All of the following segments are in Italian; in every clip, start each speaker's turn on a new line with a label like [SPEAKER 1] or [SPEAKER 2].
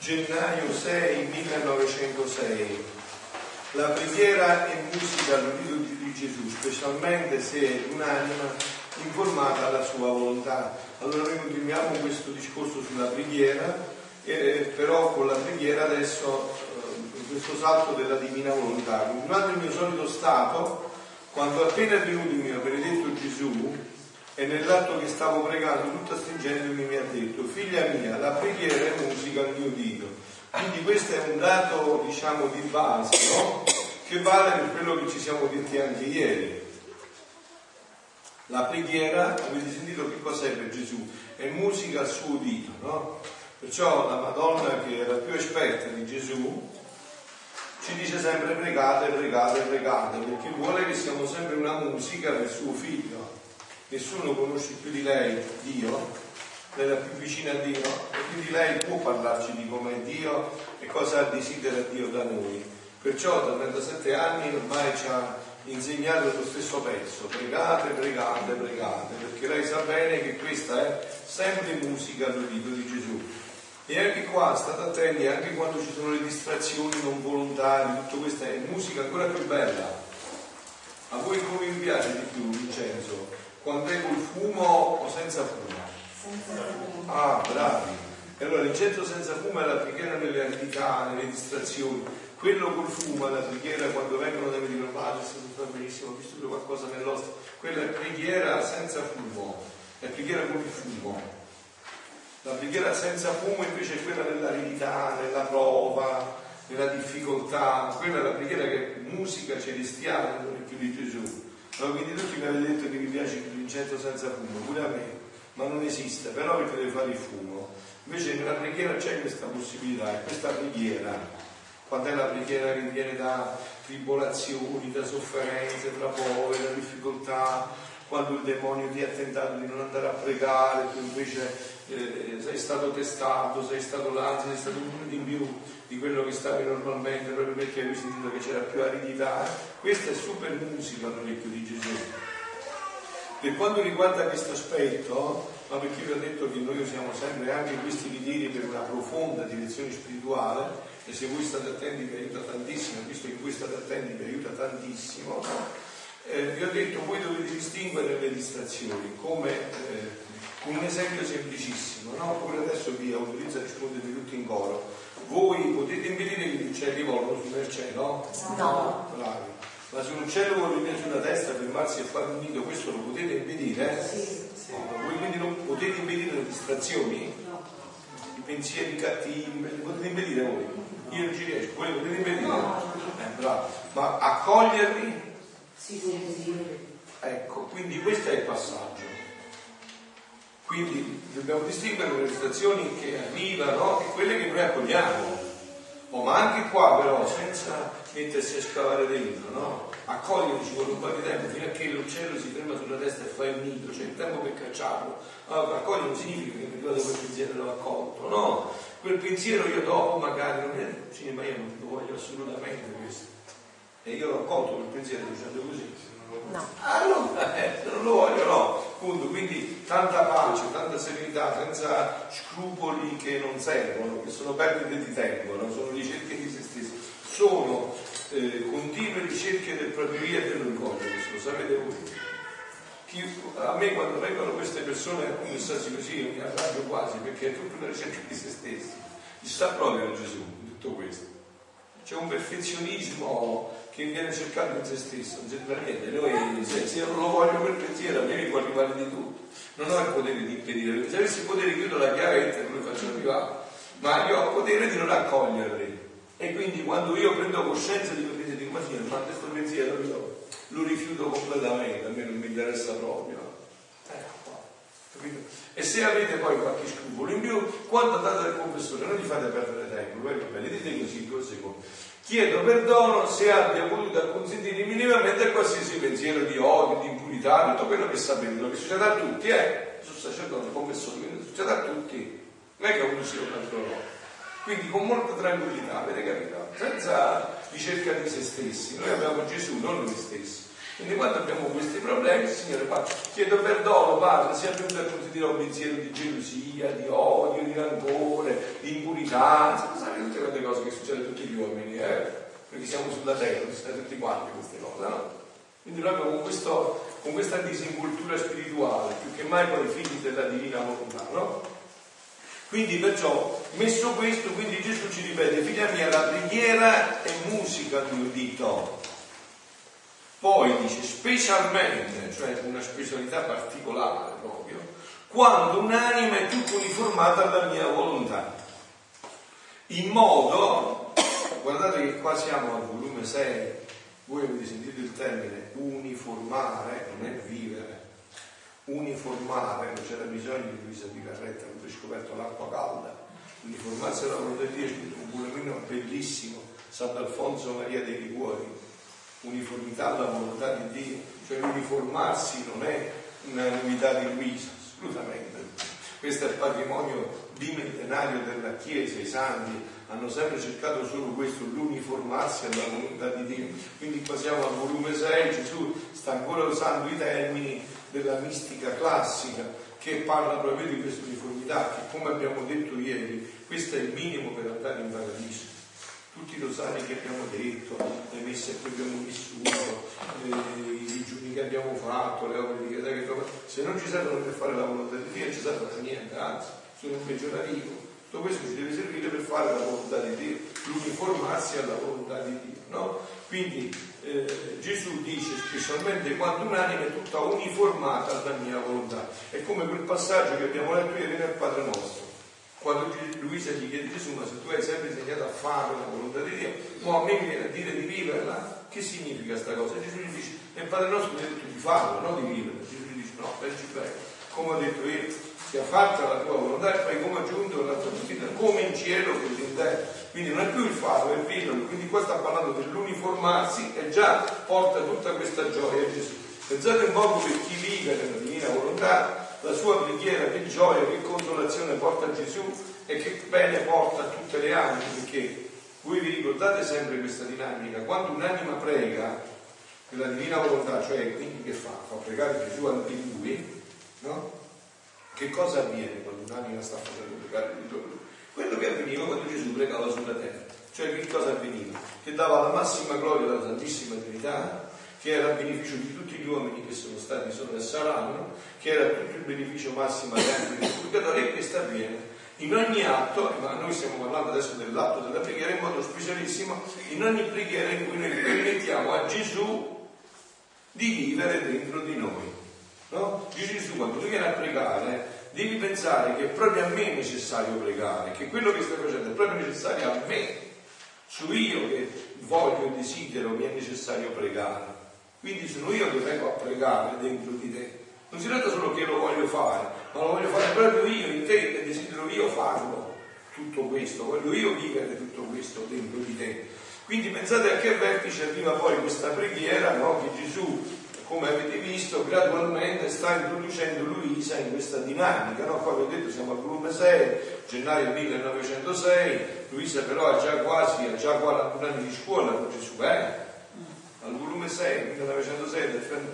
[SPEAKER 1] gennaio 6 1906. La preghiera e musica all'udito di Gesù, specialmente se un'anima informata alla sua volontà. Allora noi continuiamo questo discorso sulla preghiera, però con la preghiera adesso questo salto della divina volontà. Continuando il mio solito stato, quando appena è venuto il mio benedetto Gesù, e nell'atto che stavo pregando, tutta stringendomi, mi ha detto: figlia mia, la preghiera è musica al mio udito. Quindi questo è un dato, diciamo, di base, no? Che vale per quello che ci siamo detti anche ieri. La preghiera, avete sentito che cos'è per Gesù? È musica al suo udito, no? Perciò la Madonna, che era più esperta di Gesù, ci dice sempre pregate, pregate, pregate, perché vuole che siamo sempre una musica per suo figlio. Nessuno conosce più di lei Dio, lei è la più vicina a Dio, e quindi lei può parlarci di com'è Dio e cosa desidera Dio da noi. Perciò da 37 anni ormai ci ha insegnato lo stesso pezzo: pregate, pregate, pregate, perché lei sa bene che questa è sempre musica all'udito di Gesù. E anche qua state attenti, anche quando ci sono le distrazioni non volontarie, tutto questo è musica ancora più bella. A voi come vi piace di più Vincenzo? Quando è col fumo o senza fumo? Senza fumo. Ah, bravi. E allora l'incenso senza fumo è la preghiera nelle aridità, nelle distrazioni. Quello col fumo è la preghiera quando vengono da me di padre, è stato benissimo, ho visto qualcosa nell'ostro. Quella è preghiera senza fumo, è preghiera con il fumo. La preghiera senza fumo invece è quella nell'aridità, nella prova, nella difficoltà. Quella è la preghiera che musica celestiale non è più di Gesù. Allora, quindi tutti mi avete detto che vi piace l'incenso senza fumo, pure a me, ma non esiste, però perché deve fare il fumo. Invece nella preghiera c'è questa possibilità, e questa preghiera, quando è la preghiera che viene da tribolazioni, da sofferenze, tra poveri, da difficoltà, quando il demonio ti ha tentato di non andare a pregare, tu invece sei stato testato, sei stato l'ansia, sei stato uno di più di quello che stavi normalmente, proprio perché avevi sentito che c'era più aridità. Questa è super musica all'orecchio di Gesù. Per quanto riguarda questo aspetto, ma perché vi ho detto che noi usiamo sempre anche questi ritiri per una profonda direzione spirituale, e se voi state attenti vi aiuta tantissimo, visto che voi state attenti vi aiuta tantissimo, vi ho detto, voi dovete distinguere le distrazioni come con un esempio semplicissimo, no? Pure adesso vi autorizzo a rispondere tutti in coro. Voi potete impedire che gli uccelli volano su nel cielo?
[SPEAKER 2] No.
[SPEAKER 1] Bravi. Ma se un uccello vuole venire sulla testa, fermarsi e fare un nido, questo lo potete impedire?
[SPEAKER 2] Sì.
[SPEAKER 1] No. Voi quindi non potete impedire le distrazioni?
[SPEAKER 2] No.
[SPEAKER 1] I pensieri cattivi, li potete impedire voi? Io non ci riesco, voi li potete impedire?
[SPEAKER 2] No.
[SPEAKER 1] Bravo. Ma accoglierli?
[SPEAKER 2] Sì.
[SPEAKER 1] Ecco, quindi questo è il passaggio. Quindi dobbiamo distinguere le situazioni che arrivano e quelle che noi accogliamo. Ma anche qua però, senza mettersi a scavare dentro, no? Accogliere ci vuole un po' di tempo fino a che l'uccello si ferma sulla testa e fa il nido, c'è il tempo per cacciarlo. Allora, accogliere non significa che mi arriva quel pensiero e l'ho accolto, no? Quel pensiero io dopo magari non è, sì, ma io non lo voglio assolutamente questo. E io l'ho accolto quel pensiero dicendo così.
[SPEAKER 2] No.
[SPEAKER 1] Allora, non lo voglio, no. Appunto, quindi tanta pace, tanta serenità, senza scrupoli che non servono, che sono perdite di tempo, non sono ricerche di se stessi, sono continue ricerche del proprio io e dell'orgoglio, questo lo sapete voi. A me quando vengono queste persone a conversarsi così io mi arrabbio quasi, perché è tutta una ricerca di se stessi. Ci sta proprio Gesù in tutto questo. C'è un perfezionismo che viene cercato in se stesso, non c'entra niente. Noi, se io non lo voglio quel pensiero, a me mi può arrivare di tutto. Non ho il potere di impedire, perché se avessi il potere chiudo la chiavetta e non lo faccio arrivare, ma io ho il potere di non accoglierli. E quindi quando io prendo coscienza di quel pensiero, dico: ma sì, ma questo pensiero io lo rifiuto completamente, a me non mi interessa proprio. Ecco qua, capito? E se avete poi qualche scrupolo in più, quando andate al confessore non gli fate perdere tempo, poi vabbè, dite così in 2 secondi: chiedo perdono se abbia voluto acconsentire minimamente a qualsiasi pensiero di odio, di impurità, tutto quello che sapete, quello che succede a tutti, sono sacerdote, confessore, quindi succede a tutti, non è che uno sia un altro no. Quindi con molta tranquillità, avete capito? Senza ricerca di se stessi, noi abbiamo Gesù, non noi stessi. Quindi quando abbiamo questi problemi, Signore, chiedo perdono, Padre, sia venuto a tutti di un pensiero di gelosia, di odio, di rancore, di impurità, sai, tutte quelle cose che succedono a tutti gli uomini, perché siamo sulla terra, succedono tutti quanti queste cose, no? Quindi proprio con questa disincultura spirituale, più che mai con i figli della divina volontà, no? Quindi perciò, messo questo, quindi Gesù ci ripete: figlia mia, la preghiera è musica al mio dito. Poi dice specialmente, cioè una specialità particolare proprio, quando un'anima è tutta uniformata alla mia volontà. In modo, guardate che qua siamo al volume 6, voi avete sentito il termine uniformare, non è vivere. Uniformare, non c'era bisogno di Luisa Picarretta, avete scoperto l'acqua calda. Uniformarsi alla volontà di Dio, un buonamino bellissimo, Sant'Alfonso Maria dei Liguori. Uniformità alla volontà di Dio, cioè uniformarsi non è una novità di Luisa, assolutamente. Questo è il patrimonio bimillenario della Chiesa, i santi hanno sempre cercato solo questo, l'uniformarsi alla volontà di Dio. Quindi qua siamo al volume 6, Gesù sta ancora usando i termini della mistica classica che parla proprio di questa uniformità, che come abbiamo detto ieri, questo è il minimo per andare in paradiso. Tutti i rosari che abbiamo detto, le messe che abbiamo vissuto, i digiuni che abbiamo fatto, le opere di carità che abbiamo fatto, se non ci servono per fare la volontà di Dio non ci servono a niente, anzi, sono un peggiorativo. Tutto questo ci deve servire per fare la volontà di Dio, l'uniformarsi alla volontà di Dio, no? Quindi Gesù dice specialmente quando un'anima è tutta uniformata alla mia volontà. È come quel passaggio che abbiamo letto ieri nel Padre Nostro. Quando Luisa gli chiede: Gesù, ma se tu hai sempre insegnato a fare la volontà di Dio, ma a me mi viene a dire di viverla? Che significa sta cosa? Gesù gli dice: nel Padre Nostro mi ha detto di farla, non di viverla. Gesù gli dice: no, pensi bene, come ho detto io, sia fatta la tua volontà e poi come ho aggiunto la tua vita, come in cielo così in terra. Quindi non è più il farlo, è il viverlo. Quindi qua sta parlando dell'uniformarsi e già porta tutta questa gioia a Gesù. Pensate un po' per chi vive nella divina volontà, la sua preghiera, che gioia, che consolazione porta a Gesù e che bene porta a tutte le anime, perché voi vi ricordate sempre questa dinamica: quando un'anima prega nella divina volontà, cioè quindi che fa? Fa pregare Gesù anche lui, no? Che cosa avviene quando un'anima sta facendo pregare Gesù? Quello che avveniva quando Gesù pregava sulla terra, cioè che cosa avveniva? Che dava la massima gloria alla Santissima Trinità, che era a beneficio di tutti gli uomini che sono stati, sono e saranno, che era tutto il beneficio massimo agli angeli del purgatorio, e questo avviene in ogni atto, ma noi stiamo parlando adesso dell'atto della preghiera in modo specialissimo, in ogni preghiera in cui noi permettiamo a Gesù di vivere dentro di noi, no? Gesù, quando tu vieni a pregare, devi pensare che è proprio a me necessario pregare, che quello che stai facendo è proprio necessario a me, su io che voglio e desidero, mi è necessario pregare. Quindi sono io che vengo a pregare dentro di te. Non si tratta solo che lo voglio fare, ma lo voglio fare proprio io in te, e desidero io farlo, tutto questo, voglio io vivere tutto questo dentro di te. Quindi pensate a che vertice arriva poi questa preghiera, no? Che Gesù, come avete visto, gradualmente sta introducendo Luisa in questa dinamica, no? Qua vi ho detto, siamo al volume 6, gennaio 1906, Luisa però ha già 41 anni di scuola con Gesù, al volume 6, 1906, del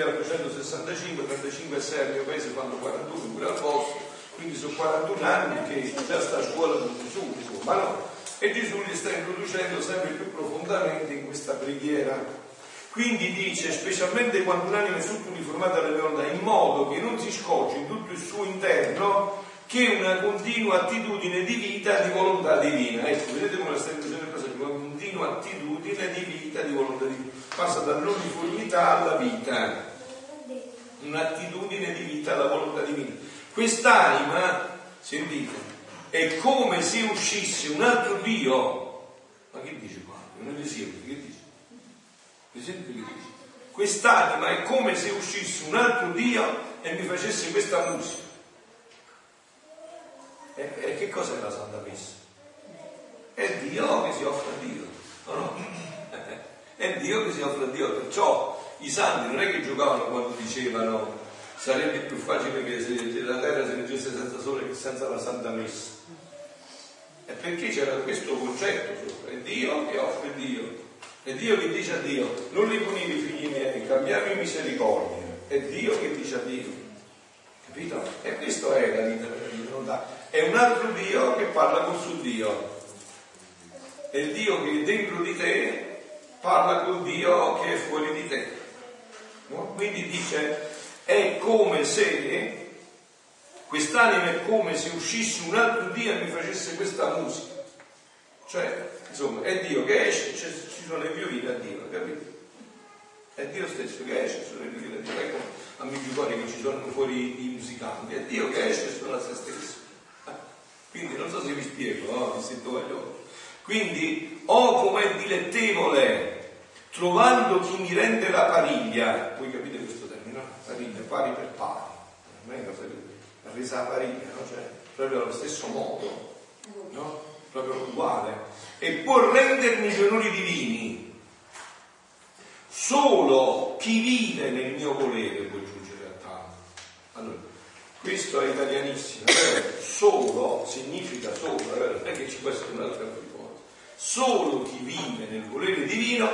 [SPEAKER 1] 1865, 35 e 6 al mio paese fanno 41, pure al vostro, quindi sono 41 anni che già sta a scuola con Gesù, insomma, no? E Gesù li sta introducendo sempre più profondamente in questa preghiera. Quindi dice, specialmente quando un'anima è tutta uniformata alla volontà, in modo che non si scocci in tutto il suo interno che una continua attitudine di vita di volontà divina. Ecco, vedete come la sta introducendo il passaggio, una continua attitudine di vita di volontà divina. Passa dall'uniformità alla vita, un'attitudine di vita alla volontà divina. Quest'anima, sentite, è come se uscisse un altro Dio. Ma che dice qua? Non è che dice? Presente che dice? Quest'anima è come se uscisse un altro Dio e mi facesse questa musica. E che cos'è la Santa Messa? È Dio che si offre a Dio, no? È Dio che si offre a Dio. Perciò i santi non è che giocavano quando dicevano sarebbe più facile che la terra si reggesse senza sole che senza la Santa Messa. È perché c'era questo concetto sopra, è Dio che offre Dio. È Dio che dice a Dio: non li punire i figli miei, cambiami misericordia. È Dio che dice a Dio, capito? E questo è la vita della volontà. È un altro Dio che parla con suo Dio. È il Dio che è dentro di te parla col Dio che è fuori di te, no? Quindi dice: è come se quest'anima è come se uscisse un altro Dio e mi facesse questa musica. Cioè, insomma, è Dio che esce, ci sono le violini a Dio, capito? È Dio stesso che esce, ci sono le violini a Dio. Ecco a Medjugorje che ci sono fuori i musicanti, è Dio che esce e suona se stesso. Quindi non so se vi spiego, no? Vi sento voglio. Quindi, com'è dilettevole, trovando chi mi rende la pariglia. Voi capite questo termine, no? Pariglia, pari per pari. La resa a pariglia, no? Cioè, proprio allo stesso modo, no? Proprio uguale. E può rendermi gli onori divini. Solo chi vive nel mio volere può giungere a tanto. Allora, questo è italianissimo, vero? Solo significa solo, vero? Non è che ci può essere un'altra cosa. Solo chi vive nel volere divino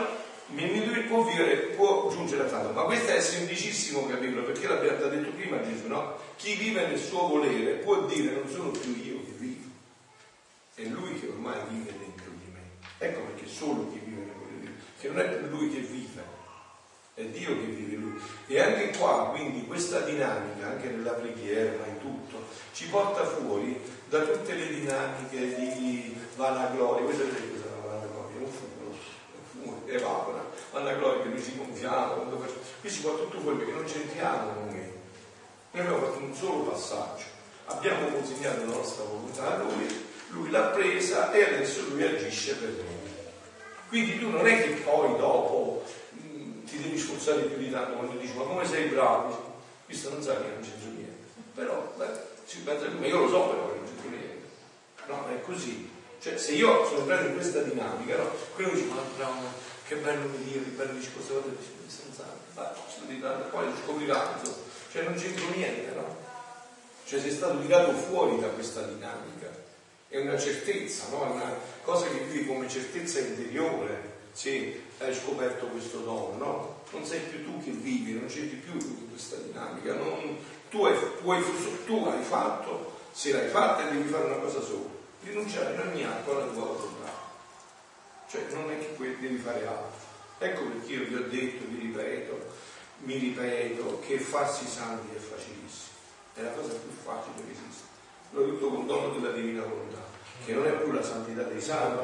[SPEAKER 1] può giungere a tanto. Ma questo è semplicissimo capirlo, perché l'abbiamo già detto prima Gesù, no? Chi vive nel suo volere può dire: non sono più io che vivo, è lui che ormai vive dentro di me. Ecco perché solo chi vive nel volere divino, che non è più lui che vive, è Dio che vive lui. E anche qua, quindi, questa dinamica, anche nella preghiera, ma in tutto, ci porta fuori da tutte le dinamiche di vanagloria. Questa è cosa è la vanagloria? Un fumo che evapora, vanagloria che noi ci gonfiamo, qui si porta tutto fuori perché non c'entriamo noi. Noi abbiamo fatto un solo passaggio, abbiamo consegnato la nostra volontà a lui l'ha presa e adesso lui agisce per noi. Quindi tu non è che poi dopo ti devi sforzare più di tanto quando dici: ma come sei bravo? Questo non sa che non c'entra niente, però ma io lo so però che non c'entra niente, no? È così. Cioè, se io sono entrato in questa dinamica, no? Quello dice: ma bravo, che bello mi dire, che bello dici queste cose, senza poi scopriranno, cioè non c'entro niente, no? Cioè sei stato tirato fuori da questa dinamica, è una certezza, no? È una cosa che vivi come certezza interiore. Sì, hai scoperto questo dono, no? Non sei più tu che vivi, non c'entri più in questa dinamica. Tu hai fatto, se l'hai fatta devi fare una cosa sola: rinunciare in ogni atto alla tua volontà. Cioè non è che devi fare altro. Ecco perché io vi ho detto, mi ripeto, che farsi santi è facilissimo, è la cosa più facile che esiste, soprattutto con il dono della divina volontà, che non è più la santità dei santi.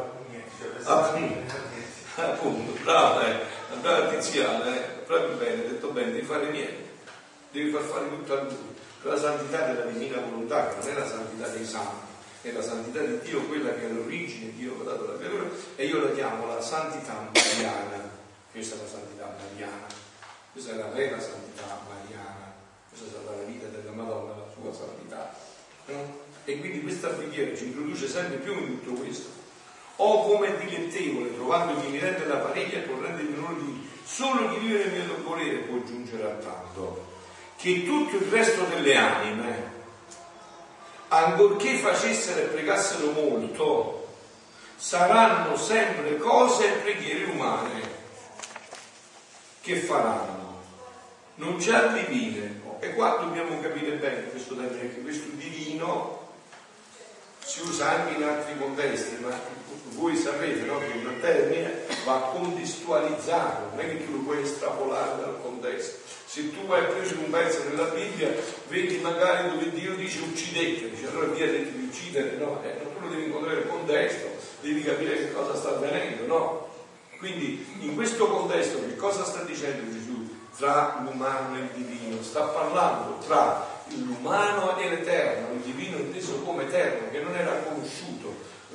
[SPEAKER 1] Appunto, brava Tiziana, proprio bene, detto bene, devi fare niente, devi far fare tutto a lui. La santità della divina volontà, che non è la santità dei santi, è la santità di Dio, quella che all'origine Dio ha dato la creatura, e io la chiamo la santità mariana. Questa è la santità mariana, questa è la vera santità mariana, questa è stata la vita della Madonna, la sua santità, no? E quindi questa preghiera ci introduce sempre più in tutto questo. Come è dilettevole, trovando chi mi rende la pariglia e può rendere il onore di solo chi vive nel mio volere può giungere a tanto, che tutto il resto delle anime, ancorché facessero e pregassero molto, saranno sempre cose e preghiere umane che faranno, non c'è divine. E qua dobbiamo capire bene questo termine, che questo divino si usa anche in altri contesti, ma voi sapete, no, che il termine va contestualizzato, non è che tu lo puoi estrapolare dal contesto. Se tu hai preso un pezzo nella Bibbia, vedi magari dove Dio dice uccidete, dice allora Dio ha detto di uccidere, no? Tu lo devi incontrare nel contesto, devi capire che cosa sta avvenendo, no? Quindi in questo contesto che cosa sta dicendo Gesù? Tra l'umano e il divino, sta parlando tra l'umano e l'eterno, il divino inteso come eterno, che non era conosciuto.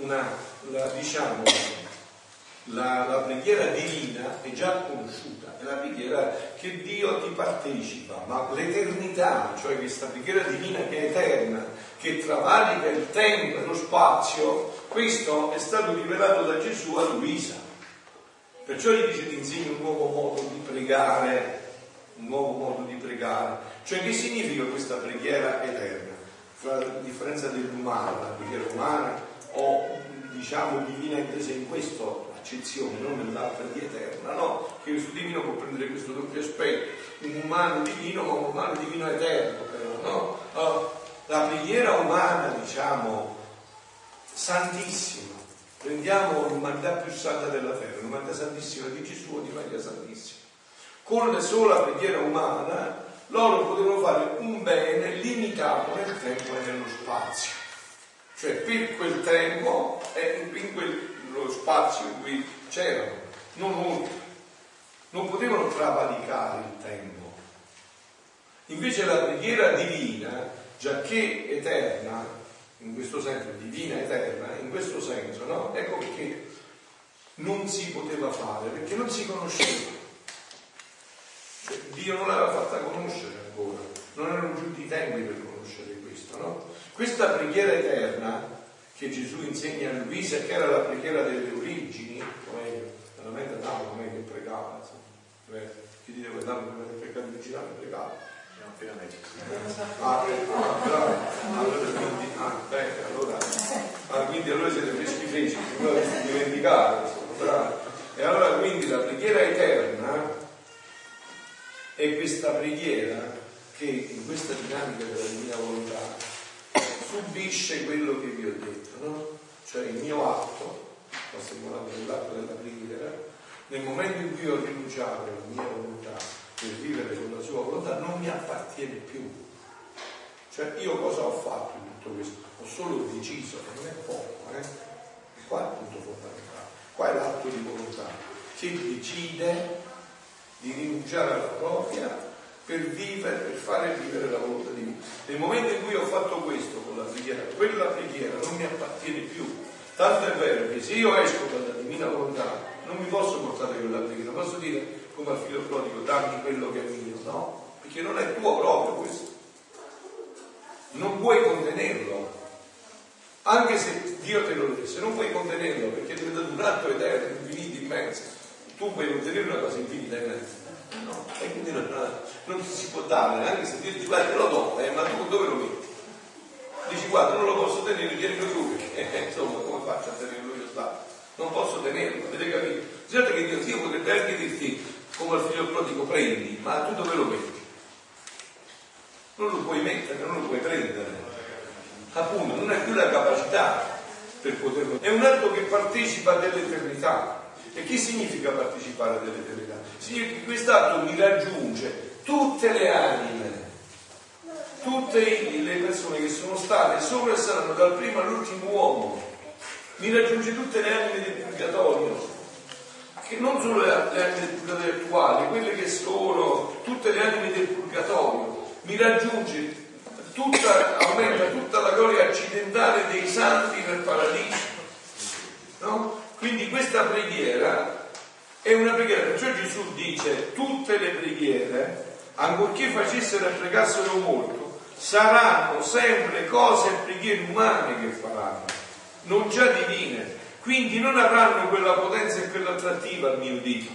[SPEAKER 1] La preghiera divina è già conosciuta, è la preghiera che Dio ti partecipa, ma l'eternità, cioè questa preghiera divina che è eterna, che travalica il tempo e lo spazio, questo è stato rivelato da Gesù a Luisa. Perciò gli dice: ti insegno un nuovo modo di pregare, Cioè, che significa questa preghiera eterna? A differenza dell'umana, la preghiera umana, o diciamo divina intesa in questa accezione, non nell'altra di eterna, no? Che Gesù divino può prendere questo doppio aspetto, un umano divino ma un umano divino eterno, però, no? La preghiera umana, diciamo, santissima, prendiamo l'umanità più santa della terra, l'umanità santissima di Gesù o di Maria Santissima. Con la sola preghiera umana loro potevano fare un bene limitato nel tempo e nello spazio, cioè per quel tempo e in quello spazio in cui c'erano, non oltre, non potevano travalicare il tempo. Invece la preghiera divina, giacché eterna, in questo senso, divina eterna, in questo senso, no? Ecco perché non si poteva fare, perché non si conosceva. Cioè, Dio non l'aveva fatta conoscere ancora, non erano giunti i tempi per conoscere questo, no? Questa preghiera eterna che Gesù insegna a Luisa, che era la preghiera delle origini, o meglio, veramente Adamo come che pregava, insomma, chi dite che Adamo come il peccato originale pregava. Quindi allora siete freschi freschi, dimenticate, e allora quindi la preghiera eterna è questa preghiera che in questa dinamica della divina volontà subisce quello che vi ho detto, no? Cioè il mio atto, sto simulando l'atto della preghiera, nel momento in cui ho rinunciato alla mia volontà per vivere con la sua volontà, non mi appartiene più. Cioè io cosa ho fatto in tutto questo? Ho solo deciso, che non è poco, qua è il punto fondamentale, qua è l'atto di volontà che decide di rinunciare alla propria per vivere, per fare vivere la volontà di Dio. Nel momento in cui ho fatto questo con la preghiera, quella preghiera non mi appartiene più. Tanto è vero che se io esco dalla divina volontà non mi posso portare quella preghiera, posso dire come al figlio prodigo, dammi quello che è mio, no? Perché non è tuo proprio questo. Non puoi contenerlo, anche se Dio te lo desse, non puoi contenerlo perché ti è dato un atto eterno, infinito, immenso. Tu puoi contenere una cosa infinita e immensa, no? E quindi non ti si può dare, anche se Dio ti dice guarda te lo do, ma tu dove lo metti? Dici guarda non lo posso tenere, tienilo tu, insomma come faccio a tenerlo io stato? Non posso tenerlo, avete capito? Certo che Dio potrebbe anche dirti come al figlio prodigo prendi, ma tu dove lo metti? Non lo puoi mettere, non lo puoi prendere, appunto non hai più la capacità per poterlo. È un atto che partecipa dell'eternità. E che significa partecipare dell'eternità? Significa che quest'atto mi raggiunge tutte le anime, tutte le persone che sono state e sopra e saranno dal primo all'ultimo uomo, mi raggiunge tutte le anime del purgatorio, che non solo le anime del purgatorio attuali, quelle che sono tutte le anime del purgatorio, mi raggiunge aumenta tutta la gloria accidentale dei santi nel paradiso, no? Quindi questa preghiera è una preghiera, perciò Gesù dice tutte le preghiere, ancorché facessero e pregassero molto, saranno sempre cose e preghiere umane che faranno, non già divine, quindi non avranno quella potenza e quell'attrattiva al mio dito.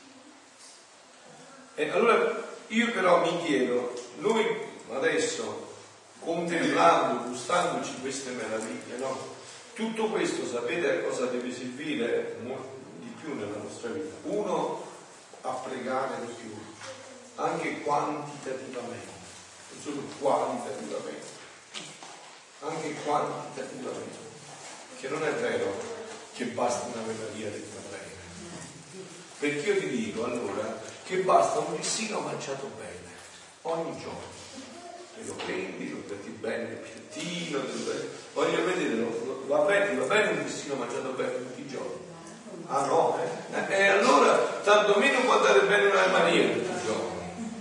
[SPEAKER 1] E allora io però mi chiedo, noi adesso contemplando, gustandoci queste meraviglie, no? Tutto questo sapete a cosa deve servire di più nella nostra vita? Uno, a pregare di più, anche quantitativamente, non solo qualitativamente, anche quantitativamente, che non è vero che basta una meraviglia detta bene, perché io ti dico allora che basta un lessino mangiato bene ogni giorno. Lo prendi, lo prendi bene il piattino, voglio vedere, va bene un lessino mangiato bene tutti i giorni? Ah no, E allora tanto meno può andare bene una Maria tutti i giorni.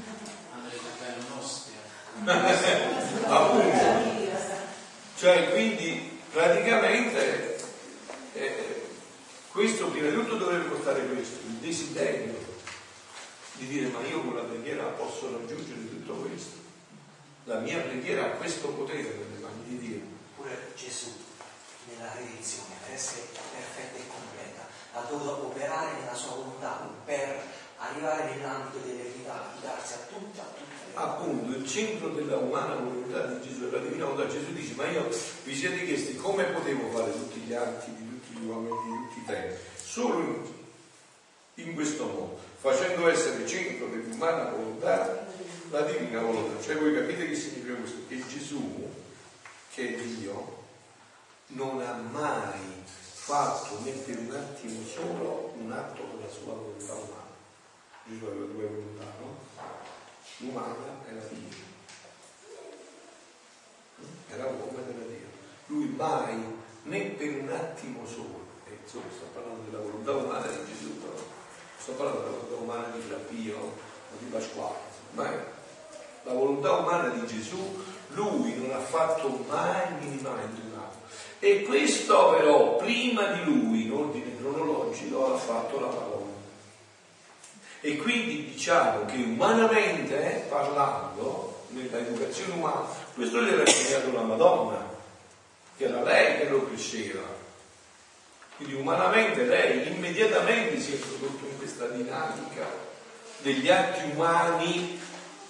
[SPEAKER 1] Appunto. Cioè quindi praticamente questo prima di tutto dovrebbe portare questo, il desiderio di dire ma io con la preghiera posso raggiungere tutto questo. La mia preghiera ha questo potere nelle mani di Dio.
[SPEAKER 3] Pure Gesù nella redenzione, per essere perfetta e completa, ha dovuto operare nella sua volontà per arrivare nell'ambito dell'eredità, di darsi a tutta
[SPEAKER 1] appunto il centro della umana volontà di Gesù, della divina volontà. Gesù dice: ma io vi siete chiesti come potevo fare tutti gli atti di tutti gli uomini di tutti i tempi? Solo in questo modo, facendo essere centro dell'umana volontà la divina volontà. Cioè, voi capite che significa questo? Che Gesù, che è Dio, non ha mai fatto né per un attimo solo un atto con la sua volontà umana. Gesù aveva due volontà, no? L'umana e la divina. Era uomo ed era Dio. Lui mai, né per un attimo solo, e insomma sto parlando della volontà umana di Gesù, però sto parlando della volontà umana di Flappio o di Pasquale, ma la volontà umana di Gesù lui non ha fatto mai minimamente un atto. E questo però prima di lui, in ordine cronologico, ha fatto la Madonna. E quindi diciamo che umanamente parlando, nella educazione umana, questo gli era insegnato la Madonna, che era lei che lo cresceva. Quindi umanamente lei immediatamente si è introdotto in questa dinamica degli atti umani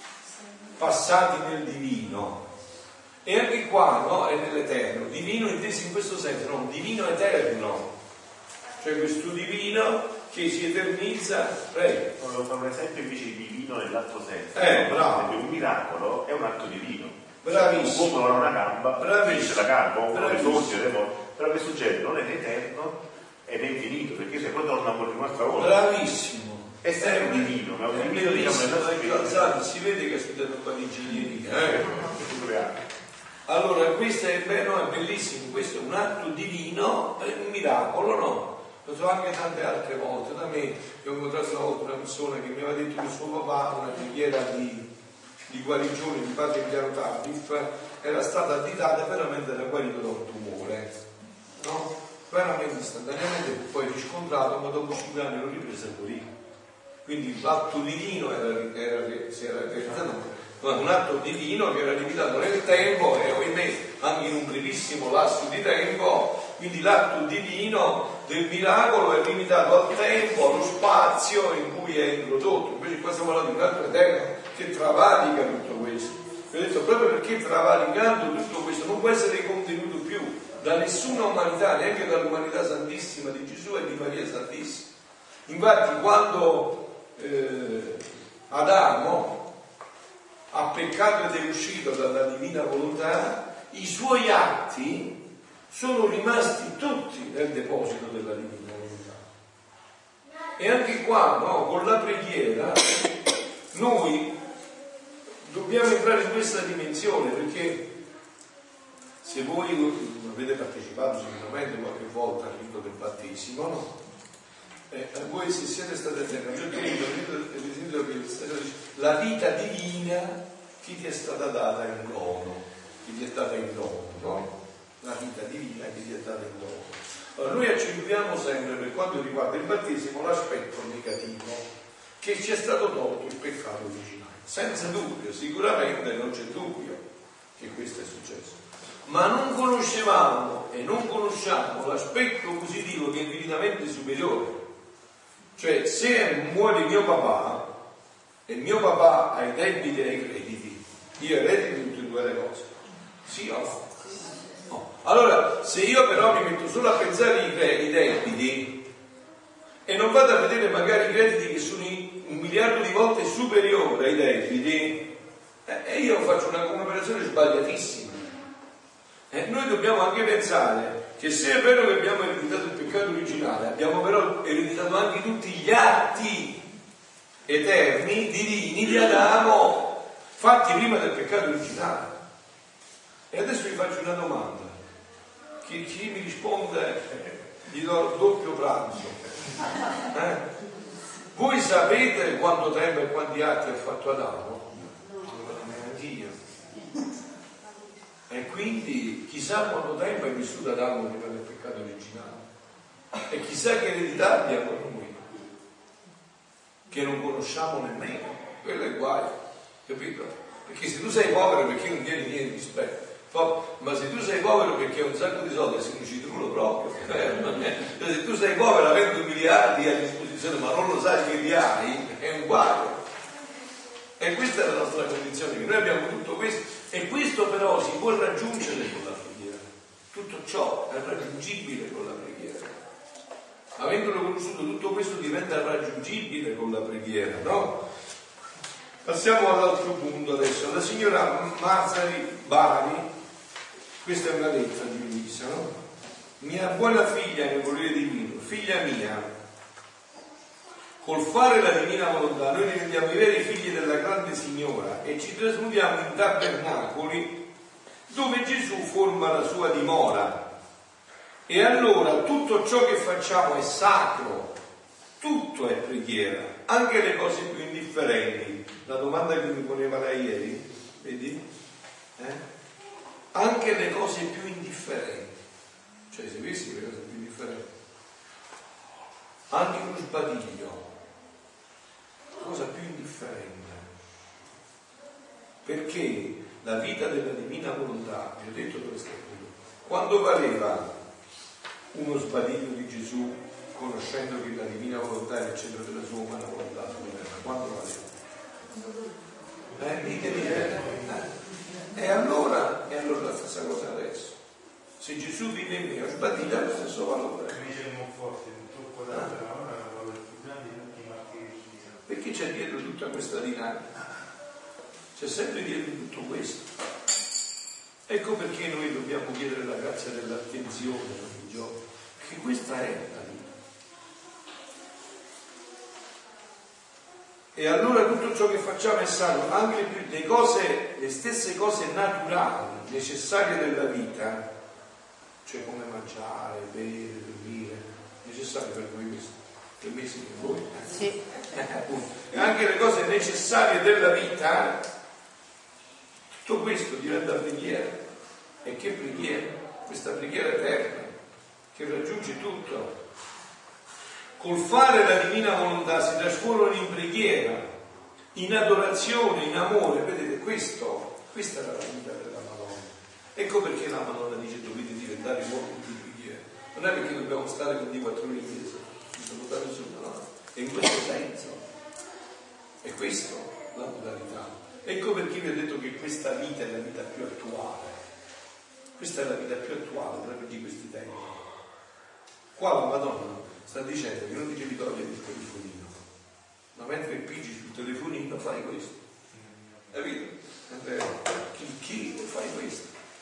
[SPEAKER 1] passati nel divino. E anche qua, no, è nell'eterno, divino inteso in questo senso, no, divino eterno, cioè questo divino che si eternizza. Prego.
[SPEAKER 4] Volevo fare un esempio invece di divino nell'altro senso.
[SPEAKER 1] Bravo.
[SPEAKER 4] Un miracolo è un atto divino.
[SPEAKER 1] Bravissimo.
[SPEAKER 4] Un uomo non ha una gamba,
[SPEAKER 1] Bravissimo.
[SPEAKER 4] la gamba, un
[SPEAKER 1] Bravissimo.
[SPEAKER 4] però che succede? Non è eterno ed è infinito, perché se poi torna a morire un'altra volta.
[SPEAKER 1] Bravissimo.
[SPEAKER 4] È sempre un divino, ma un divino diciamo
[SPEAKER 1] nella si vede che ha studiato un po' di ingegneria. Allora, questo è bellissimo, questo è un atto divino, è un miracolo, no? Lo so anche tante altre volte. Da me, io ho incontrato una volta una persona che mi aveva detto che suo papà, una preghiera di guarigione di padre Piero Tardif, era stata additata veramente da guarito da un tumore, no? Veramente istantaneamente, poi riscontrato, ma dopo 5 anni l'ho ripresa e morì. Quindi l'atto divino si era realizzato, un atto divino che era limitato nel tempo e ahimè anche in un brevissimo lasso di tempo. Quindi l'atto divino del miracolo è limitato al tempo, allo spazio in cui è introdotto. Invece qua stiamo parlando di un atto eterno che travalica tutto questo. Vi ho detto, proprio perché travalicando tutto questo non può essere contenuto più da nessuna umanità, neanche dall'umanità santissima di Gesù e di Maria Santissima. Infatti quando Adamo ha peccato ed è uscito dalla divina volontà, i suoi atti sono rimasti tutti nel deposito della divina volontà. E anche qua, no, con la preghiera noi dobbiamo entrare in questa dimensione, perché se voi avete partecipato sicuramente qualche volta al rito del battesimo, no? Voi se siete stati attenti a un certo punto che la vita divina che ti è stata data in dono, che ti è data in dono, no? La vita divina che ti è data in dono. Allora noi accentuiamo sempre, per quanto riguarda il battesimo, l'aspetto negativo, che ci è stato tolto il peccato originale. Senza dubbio, sicuramente non c'è dubbio che questo è successo. Ma non conoscevamo e non conosciamo l'aspetto positivo che è infinitamente superiore. Cioè, se muore mio papà e mio papà ha i debiti e i crediti, io eredito tutte e due le cose. Sì o no? No. Allora, se io però mi metto solo a pensare ai debiti e non vado a vedere magari i crediti che sono 1 miliardo di volte superiori ai debiti, io faccio un'operazione sbagliatissima. Noi dobbiamo anche pensare che se è vero che abbiamo ereditato il peccato originale, abbiamo però ereditato anche tutti gli atti eterni, divini di Adamo, fatti prima del peccato originale. E adesso vi faccio una domanda. Chi mi risponde gli do doppio pranzo. Voi sapete quanto tempo e quanti atti ha fatto Adamo? Anch'io. E quindi chissà quanto tempo è vissuto Adamo prima del peccato originale, e chissà che eredità abbiamo noi che non conosciamo nemmeno. Quello è guai, capito? Perché se tu sei povero perché non tieni niente di rispetto, ma se tu sei povero perché hai un sacco di soldi sei un citrulo proprio, se tu sei povero avendo miliardi a disposizione ma non lo sai che li hai, E questa è la nostra condizione, che noi abbiamo tutto questo, e questo però si può raggiungere con la preghiera. Tutto ciò è raggiungibile con la preghiera. Avendolo conosciuto, tutto questo diventa raggiungibile con la preghiera, no? Passiamo all'altro punto adesso. La signora Mazzari Bari, questa è una lettera di Luisa, no? Mia buona figlia nel volere divino, figlia mia, col fare la divina volontà noi diventiamo i veri figli della grande Signora e ci trasmutiamo in tabernacoli dove Gesù forma la sua dimora. E allora tutto ciò che facciamo è sacro, tutto è preghiera, anche le cose più indifferenti. La domanda che mi poneva lei ieri, vedi? Anche le cose più indifferenti, cioè se avessi le cose più indifferenti, anche uno sbadiglio, cosa più indifferente, perché la vita della divina volontà, vi ho detto dove sta qui, quando valeva uno sbadiglio di Gesù, conoscendo che la divina volontà è il centro della sua umana volontà, quando valeva? E allora la stessa cosa adesso. Se Gesù vive in me, ho sbadiglio ha lo stesso valore. Perché c'è dietro tutta questa dinamica? C'è sempre dietro tutto questo. Ecco perché noi dobbiamo chiedere la grazia dell'attenzione ogni giorno, perché questa è la vita. E allora tutto ciò che facciamo è sacro, anche le stesse cose naturali, necessarie della vita, cioè come mangiare, bere, dormire, necessarie per voi questo, per me sì, per voi.
[SPEAKER 2] Sì.
[SPEAKER 1] E anche le cose necessarie della vita, tutto questo diventa preghiera. E che preghiera? Questa preghiera eterna, che raggiunge tutto. Col fare la divina volontà si trasformano in preghiera, in adorazione, in amore. Vedete, questa è la vita della Madonna. Ecco perché la Madonna dice dovete diventare uomini di preghiera. Non è perché dobbiamo stare 24 ore in chiesa, non da nessuno, no? È in questo senso. È questo la modalità. Ecco perché vi ho detto che questa vita è la vita più attuale. Questa è la vita più attuale proprio di questi tempi. Qua la Madonna sta dicendo che non ti devi togliere il telefonino, ma mentre pigi sul telefonino fai questo, capito? Chi fai questo?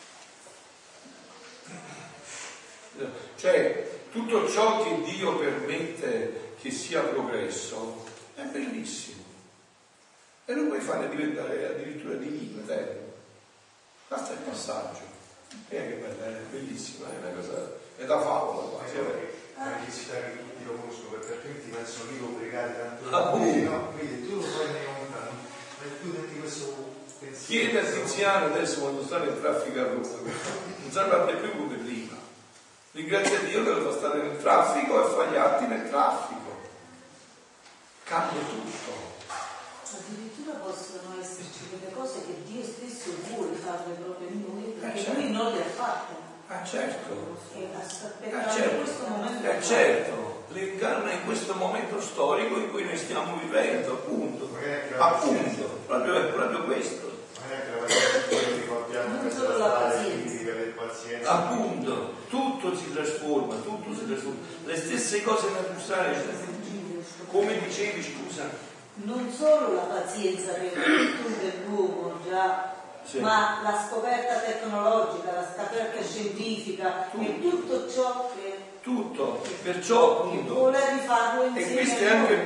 [SPEAKER 1] Cioè tutto ciò che Dio permette che sia progresso è bellissimo e lo puoi fare diventare addirittura divino, eterno. Basta il passaggio. Che bella, è bellissima, è una cosa, è da favola quasi.
[SPEAKER 5] La necessità che tutti lo conoscono, perché altrimenti pensano che io pregare tanto
[SPEAKER 1] no,
[SPEAKER 5] quindi tu lo fai nei lontano e tu senti questo pensiero.
[SPEAKER 1] Chiede a Tiziano adesso quando sta nel traffico a Roma, non sa guardare più come prima, ringrazia Dio che lo fa stare nel traffico e fa gli atti nel traffico, cambia tutto.
[SPEAKER 2] Addirittura possono esserci delle cose che Dio stesso vuole farle proprio in noi, perché
[SPEAKER 1] certo.
[SPEAKER 2] Lui non le ha fatte.
[SPEAKER 1] Certo.
[SPEAKER 2] Questo momento
[SPEAKER 1] certo, le incarna in questo momento storico in cui noi stiamo vivendo, appunto, proprio questo.
[SPEAKER 5] Non è che la pazienza
[SPEAKER 2] non solo la
[SPEAKER 5] pazienza,
[SPEAKER 1] appunto, tutto si trasforma, le stesse cose naturali, come dicevi, scusa.
[SPEAKER 2] Non solo la pazienza per il virtù dell'uomo già, sì, ma la scoperta tecnologica, la scoperta scientifica e tutto ciò che
[SPEAKER 1] perciò appunto
[SPEAKER 2] vuole rifarlo insieme.
[SPEAKER 1] E questo è anche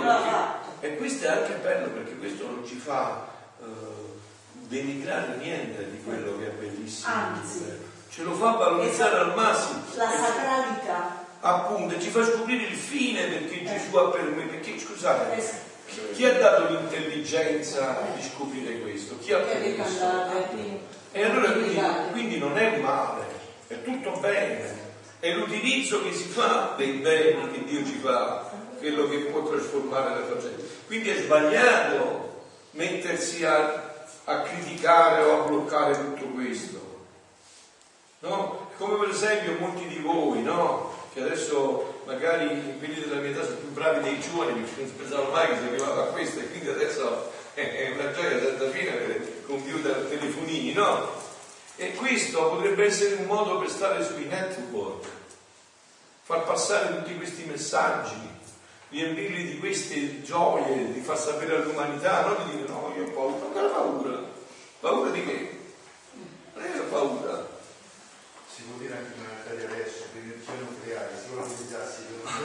[SPEAKER 1] bello perché questo non ci fa denigrare niente di quello che è bellissimo,
[SPEAKER 2] anzi
[SPEAKER 1] ce lo fa valorizzare al massimo
[SPEAKER 2] la sacralità,
[SPEAKER 1] appunto, e ci fa scoprire il fine perché Gesù ha permesso, perché scusate, chi ha dato l'intelligenza di scoprire questo? Chi ha permesso? E allora quindi non è male, è tutto bene, è l'utilizzo che si fa dei beni che Dio ci fa, quello che può trasformare la tua gente. Quindi è sbagliato mettersi a criticare o a bloccare tutto questo, no? Come per esempio molti di voi, no? Che adesso magari quelli della mia età sono più bravi dei giovani perché non si pensava mai che si arrivava a questo, e quindi adesso È una gioia senza fine avere computer, telefonini, no? E questo potrebbe essere un modo per stare sui network, far passare tutti questi messaggi, riempirli di queste gioie, di far sapere all'umanità, non di dire no, io ho paura. Ma quale paura? Paura di che? Non è la paura.
[SPEAKER 5] Si può dire anche come adesso, per l'energia nucleare, se io la utilizzassi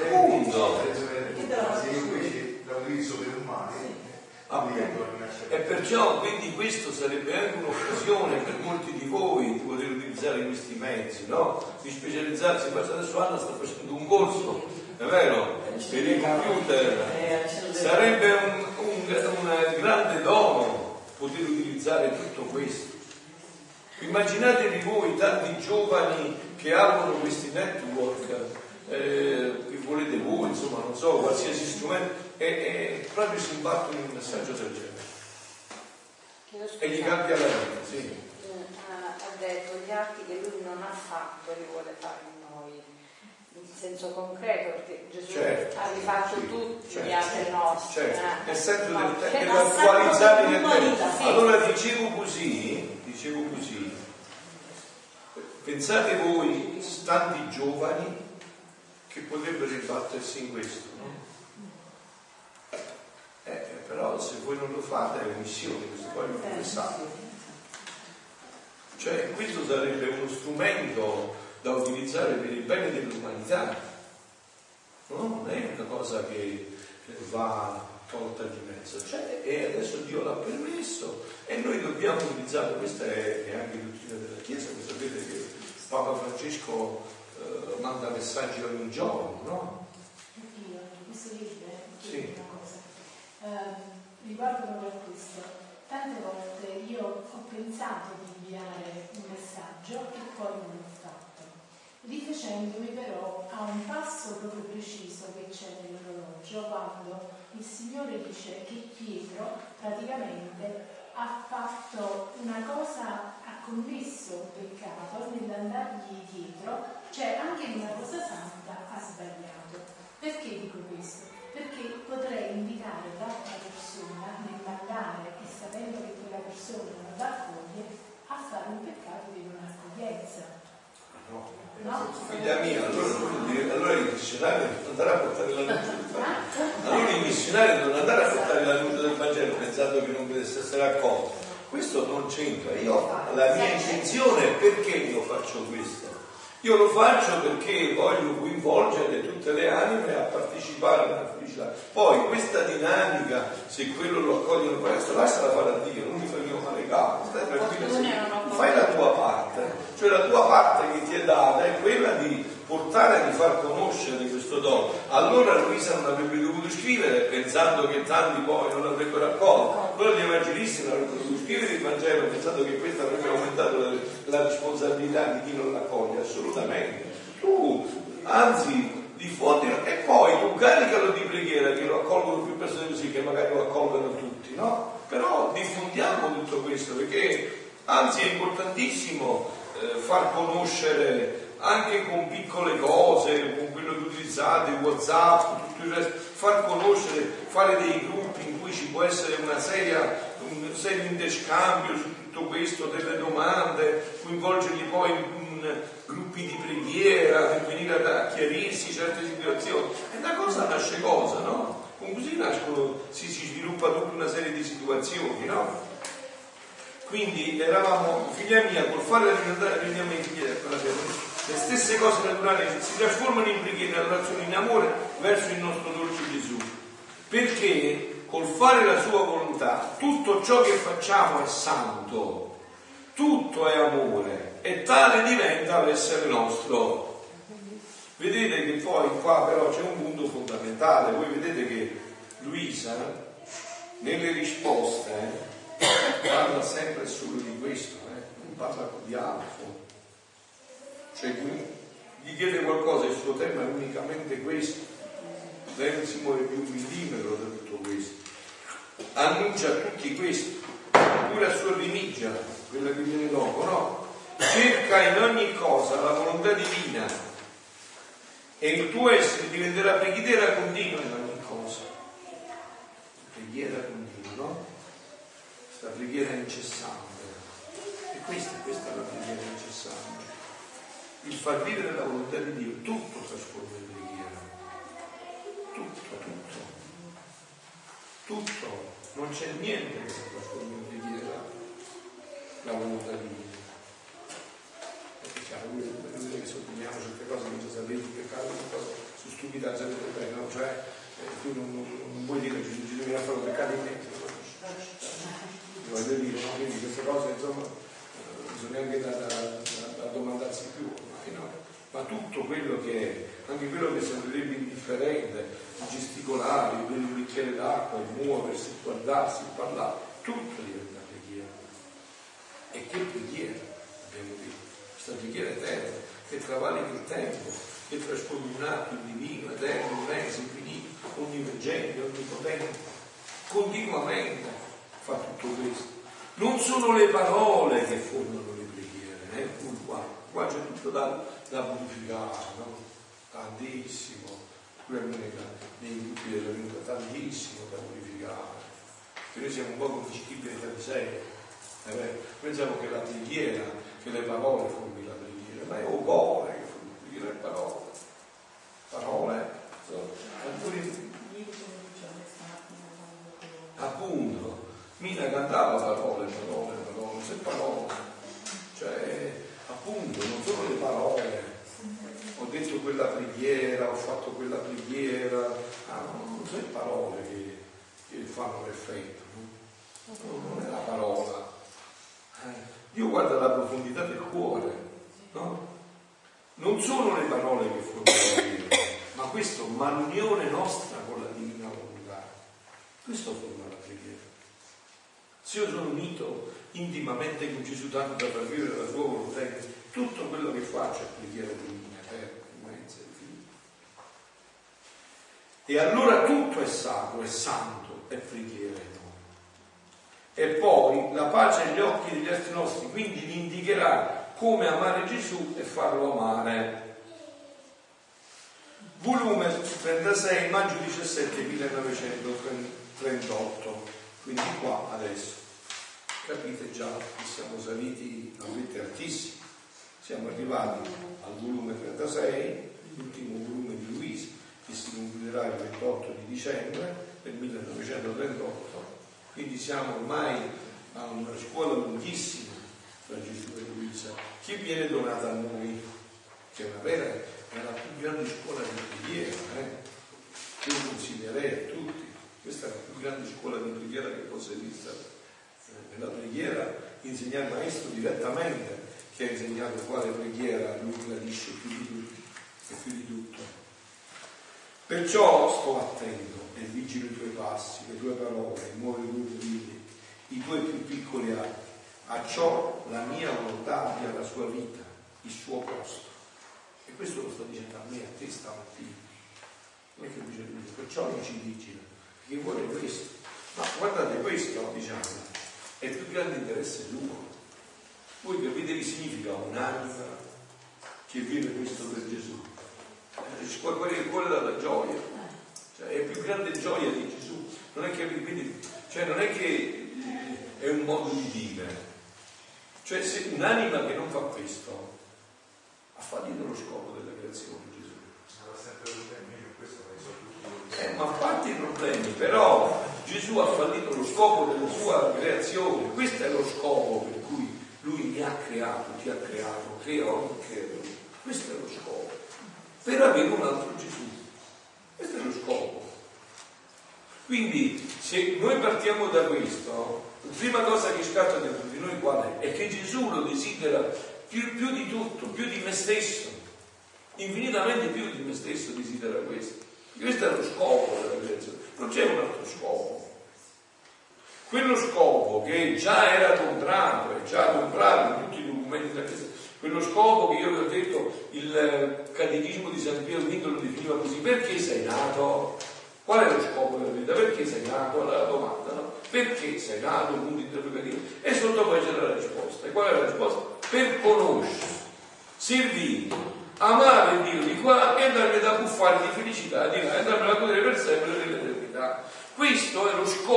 [SPEAKER 5] se io invece la utilizzo per umani,
[SPEAKER 1] e perciò quindi questo sarebbe anche un'occasione per molti di voi di poter utilizzare questi mezzi, no? Di specializzarsi. Adesso Anna sta facendo un corso, è vero? Per i computer sarebbe un grande dono poter utilizzare tutto questo. Immaginatevi voi tanti giovani che aprono questi network, che volete voi, insomma, non so, qualsiasi strumento, e proprio si imbattono in un messaggio del genere. E gli cambia la vita, sì.
[SPEAKER 6] Ha detto gli atti che lui non ha fatto li vuole fare in noi, in senso concreto, perché Gesù ha rifatto tutti gli atti nostri.
[SPEAKER 1] Nel senso dell'attualizzare nel tempo. Allora dicevo così, pensate voi, tanti giovani che potrebbero imbattersi in questo, no? Però se voi non lo fate è missione, questo poi lo pensate. Cioè questo sarebbe uno strumento da utilizzare per il bene dell'umanità, no? Non è una cosa che va tolta di mezzo, cioè, e adesso Dio l'ha permesso e noi dobbiamo utilizzarlo. Questa è anche la dottrina della Chiesa. Voi sapete che Papa Francesco manda messaggi ogni giorno, no?
[SPEAKER 7] Io posso dire
[SPEAKER 1] sì.
[SPEAKER 7] Una cosa riguardo proprio a questo. Tante volte io ho pensato di inviare un messaggio e poi non l'ho fatto, rifacendomi però a un passo proprio preciso che c'è nell'orologio, quando il Signore dice che Pietro praticamente ha fatto una cosa, ha commesso un peccato nell'andargli dietro, cioè anche in una cosa santa ha sbagliato. Perché dico questo? Perché potrei invitare l'altra persona nel mandare e sapendo che quella persona non l'accoglie a fare un peccato di non accoglienza. No?
[SPEAKER 1] Figlia mia, allora i missionari devono andare a portare la luce del Vangelo. Allora i missionari devono andare a portare la luce del Vangelo pensando che non potesse essere accolto. Questo non c'entra. La mia intenzione è perché io faccio questo. Io lo faccio perché voglio coinvolgere tutte le anime a partecipare alla felicità. Poi questa dinamica, se quello lo accoglie o questo, lasciala fare a Dio, non mi fai io male capo, stai tranquilla, fai la tua parte, cioè la tua parte che ti è data è quella di portare, di far conoscere questo dono. Allora Luisa non avrebbe dovuto scrivere pensando che tanti poi non l'avrebbero accolto, allora gli evangelisti non avrebbero dovuto scrivere il Vangelo pensando che questo avrebbe aumentato la responsabilità di chi non l'accoglie, assolutamente. Tu anzi diffondilo e poi tu caricalo di preghiera che lo accolgono più persone così, che magari lo accolgono tutti, no? Però diffondiamo tutto questo, perché anzi è importantissimo far conoscere anche con piccole cose, con quello che utilizzate, WhatsApp, tutto il resto, far conoscere, fare dei gruppi in cui ci può essere un serio interscambio su tutto questo, delle domande, coinvolgerli poi in gruppi di preghiera, per venire a chiarirsi certe situazioni. E da cosa nasce cosa, no? Con così si sviluppa tutta una serie di situazioni, no? Quindi eravamo, figlia mia, col fare le stesse cose naturali si trasformano in preghiera, in adorazione, in amore verso il nostro dolce Gesù, perché col fare la sua volontà tutto ciò che facciamo è santo, tutto è amore e tale diventa l'essere nostro. Vedete che poi qua però c'è un punto fondamentale. Voi vedete che Luisa nelle risposte parla sempre solo di questo, non parla di altro. Cioè gli chiede qualcosa, il suo tema è unicamente questo, lei non si muove più un millimetro da tutto questo, annuncia a tutti questo, pure a Suor Remigia, quella che viene dopo, no? Cerca in ogni cosa la volontà divina e il tuo essere diventerà preghiera continua in ogni cosa, preghiera continua, no? la preghiera incessante. E questa è la preghiera incessante. Il far vivere la volontà di Dio, tutto trasforma in preghiera. Tutto. Non c'è niente che si trasforma in preghiera, la volontà di Dio. Perché chiaro, noi che sottolineamo certe cose che già sapete, che cade una cosa su stupidità, sapete bene, no? Cioè, tu non puoi dire che Gesù viene a fare un peccato in mente, voglio dire, no? Quindi queste cose, insomma, bisogna anche da domandarsi più ormai, no? Ma tutto quello che è, anche quello che sembrerebbe indifferente, il gesticolare, il bere un bicchiere d'acqua, il muoversi, il guardarsi, il parlare, tutto diventa preghiera. E che preghiera, abbiamo detto, questa preghiera eterna, che travalica il tempo, che trasforma un atto divino, eterno, immenso, infinito, onniveggente, onnipotente, continuamente fa tutto questo. Non sono le parole che formano le preghiere, qua c'è tutto da purificare, no? Tantissimo, nei gruppi della venuta, tantissimo da purificare, perché noi siamo un po' come schiferi farisei, pensiamo che la preghiera, che le parole formi la preghiera, ma è un cuore che formi le parole, appunto, Mina cantava parole, se parole, cioè appunto non sono le parole, ho detto quella preghiera, ho fatto quella preghiera, non sono le parole che fanno l'effetto, non è la parola. Dio guarda la profondità del cuore, no? Non sono le parole che formano la preghiera, ma l'unione nostra con la divina volontà, questo forma la preghiera. Se io sono unito intimamente con Gesù tanto da far vivere la sua volontà, tutto quello che faccio è preghiera divina, eterna, immensa, infinita. E allora tutto è sacro, è santo, è preghiera in noi. E poi la pace agli occhi degli altri nostri, quindi vi indicherà come amare Gesù e farlo amare. Volume 36, maggio 17, 1938. Quindi qua adesso capite già che siamo saliti a vette altissime. Siamo arrivati al volume 36, l'ultimo volume di Luisa, che si concluderà il 28 di dicembre del 1938. Quindi siamo ormai a una scuola lunghissima tra Gesù e Luisa, che viene donata a noi, che è la più grande scuola di preghiera, che io consiglierei a tutti. Questa è la più grande scuola di preghiera che possa esistere. Nella preghiera insegna il maestro direttamente, che ha insegnato quale preghiera lui gradisce più di tutti e più di tutto. Perciò sto attento e vigilo i tuoi passi, le tue parole, muovi i tuoi figli, i tuoi più piccoli atti. A ciò la mia volontà abbia la sua vita, il suo posto. E questo lo sto dicendo a me, a te stamattina. Non è che dice lui, perciò non ci vigila, perché vuole questo. Ma guardate, questo, diciamo, è il più grande interesse suo. Voi capite che significa un'anima che vive questo per Gesù? Quella della gioia, cioè è la più grande gioia di Gesù. Non è che, quindi, cioè non è che è un modo di vivere, cioè se un'anima che non fa questo ha fallito lo scopo della creazione di Gesù. Ma a parte i problemi, però Gesù ha fallito lo scopo della sua creazione. Questo è lo scopo per cui lui mi ha creato, ti ha creato, creò anche. Questo è lo scopo, per avere un altro Gesù. Questo è lo scopo. Quindi se noi partiamo da questo, la prima cosa che scatta dentro di noi qual è? È che Gesù lo desidera più di tutto, più di me stesso, infinitamente più di me stesso desidera questo. Questo è lo scopo della creazione, non c'è un altro scopo. Quello scopo che già era comprato, è già comprato in tutti i documenti della Chiesa, quello scopo che io vi ho detto, il Catechismo di San Pio V lo definiva così: perché sei nato? Qual è lo scopo della vita? Perché sei nato? Allora la domanda, no? Perché sei nato? Punto interrogativo. E sotto poi c'era la risposta. E qual è la risposta? Per conoscere, servire, amare Dio di qua e andarmi ad abbuffare di felicità di là, e andarmi a godere per sempre dell'eternità. Questo è lo scopo di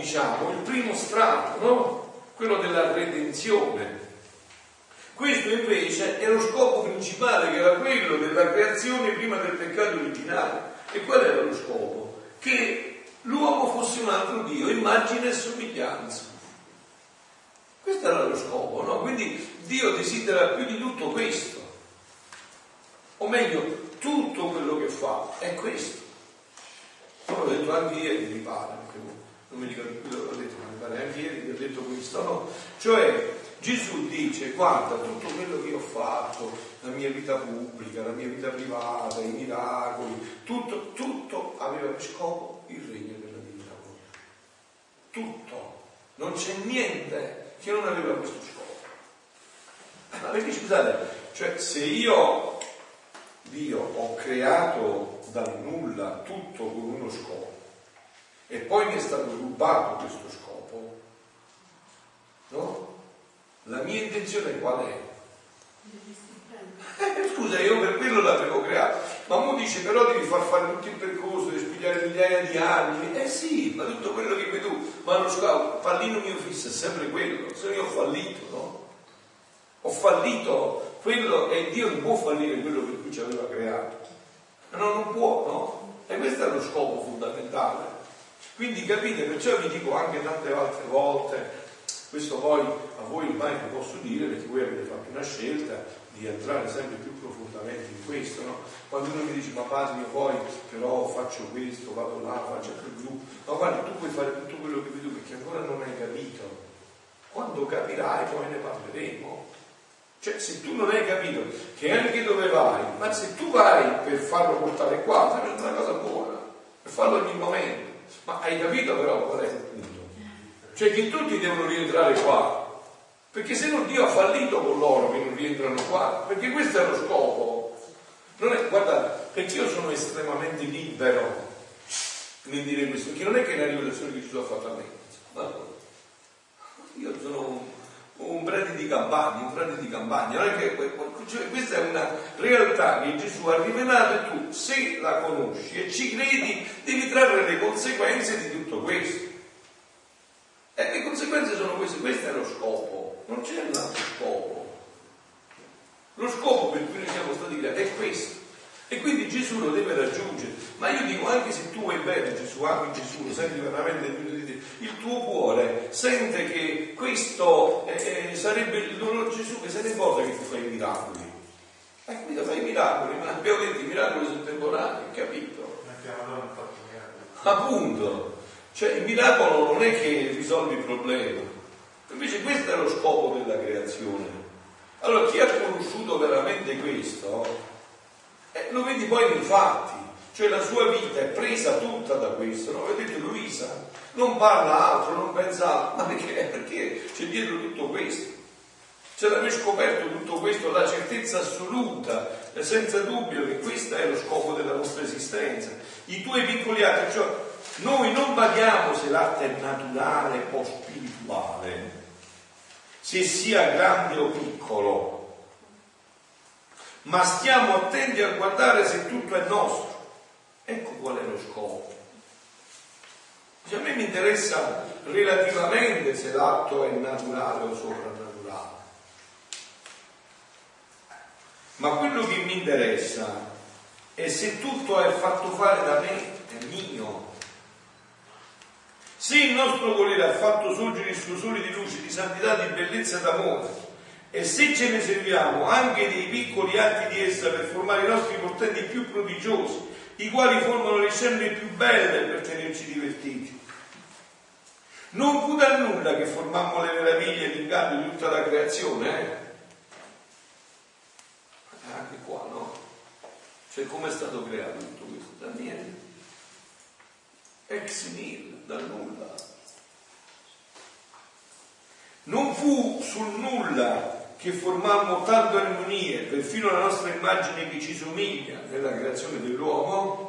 [SPEAKER 1] diciamo, il primo strato, no? Quello della redenzione. Questo invece è lo scopo principale, che era quello della creazione prima del peccato originale. E qual era lo scopo? Che l'uomo fosse un altro Dio, immagine e somiglianza. Questo era lo scopo, no? Quindi Dio desidera più di tutto questo. O meglio, tutto quello che fa è questo. L'ho detto anche ieri, mi pare, non mi ricordo più l'ho detto, ma mi pare anche ieri vi ho detto questo, no? Cioè Gesù dice: guarda, tutto quello che ho fatto, la mia vita pubblica, la mia vita privata, i miracoli, tutto aveva per scopo il regno della vita. Tutto, non c'è niente che non aveva questo scopo. Ma perché scusate, cioè se Dio ho creato dal nulla tutto con uno scopo e poi mi è stato rubato questo scopo, no? La mia intenzione qual è? Scusa, io per quello l'avevo creato, ma mo dice però devi far fare tutto il percorso, devi spiegare migliaia di anni. Sì, ma tutto quello che vedi tu, ma lo scopo, pallino mio fisso è sempre quello, se io ho fallito, no? Ho fallito quello e Dio non può fallire quello per cui ci aveva creato. No, non può, no? E questo è lo scopo fondamentale. Quindi capite, perciò vi dico anche tante altre volte, questo poi a voi ormai vi posso dire perché voi avete fatto una scelta di entrare sempre più profondamente in questo, no? Quando uno mi dice: ma padre, io poi però faccio questo, vado là, faccio quel gruppo, ma guarda, tu puoi fare tutto quello che vedo perché ancora non hai capito. Quando capirai poi ne parleremo. Cioè, se tu non hai capito che anche dove vai, ma se tu vai per farlo portare qua, è una cosa buona, per farlo ogni momento, ma hai capito però qual è il punto? Cioè che tutti devono rientrare qua, perché se no Dio ha fallito con loro che non rientrano qua, perché questo è lo scopo. Non è, guardate, perché io sono estremamente libero nel dire questo, perché non è che è una rivelazione che Gesù ha fatto a me, no. Io sono un prete di campagna, non è che, cioè, questa è una realtà che Gesù ha rivelato e tu, se la conosci e ci credi, devi trarre le conseguenze di tutto questo. E le conseguenze sono queste, questo è lo scopo, non c'è un altro scopo. Lo scopo per cui noi siamo stati creati è questo. E quindi Gesù lo deve raggiungere. Ma io dico, anche se tu vuoi bene Gesù, ami Gesù, lo senti veramente il tuo cuore sente che questo sarebbe il loro Gesù, che se ne importa che tu fai i miracoli. Quindi fai i miracoli, ma abbiamo detto i miracoli sono temporanei, capito? Appunto. Cioè il miracolo non è che risolve il problema, invece questo è lo scopo della creazione. Allora chi ha conosciuto veramente questo lo vedi poi nei fatti, cioè la sua vita è presa tutta da questo, no? Vedete Luisa non parla altro, non pensa altro, ma perché c'è dietro tutto questo, c'è l'aver scoperto tutto questo, la certezza assoluta, senza dubbio che questo è lo scopo della nostra esistenza. I tuoi piccoli atti, cioè noi non badiamo se l'arte è naturale o spirituale, se sia grande o piccolo, ma stiamo attenti a guardare se tutto è nostro. Ecco qual è lo scopo. Cioè, a me mi interessa relativamente se l'atto è naturale o soprannaturale, ma quello che mi interessa è se tutto è fatto fare da me, è mio. Se il nostro volere ha fatto sorgere il suo sole di luce, di santità, di bellezza e d'amore, e se ce ne serviamo anche dei piccoli atti di essa per formare i nostri portenti più prodigiosi, i quali formano le scene più belle per tenerci divertiti. Non fu da nulla che formammo le meraviglie e l'inganno di tutta la creazione, Anche qua, no? Cioè, come è stato creato tutto questo? Da niente. Ex nihilo, dal nulla. Non fu sul nulla che formammo tante armonie, perfino la nostra immagine che ci somiglia nella creazione dell'uomo.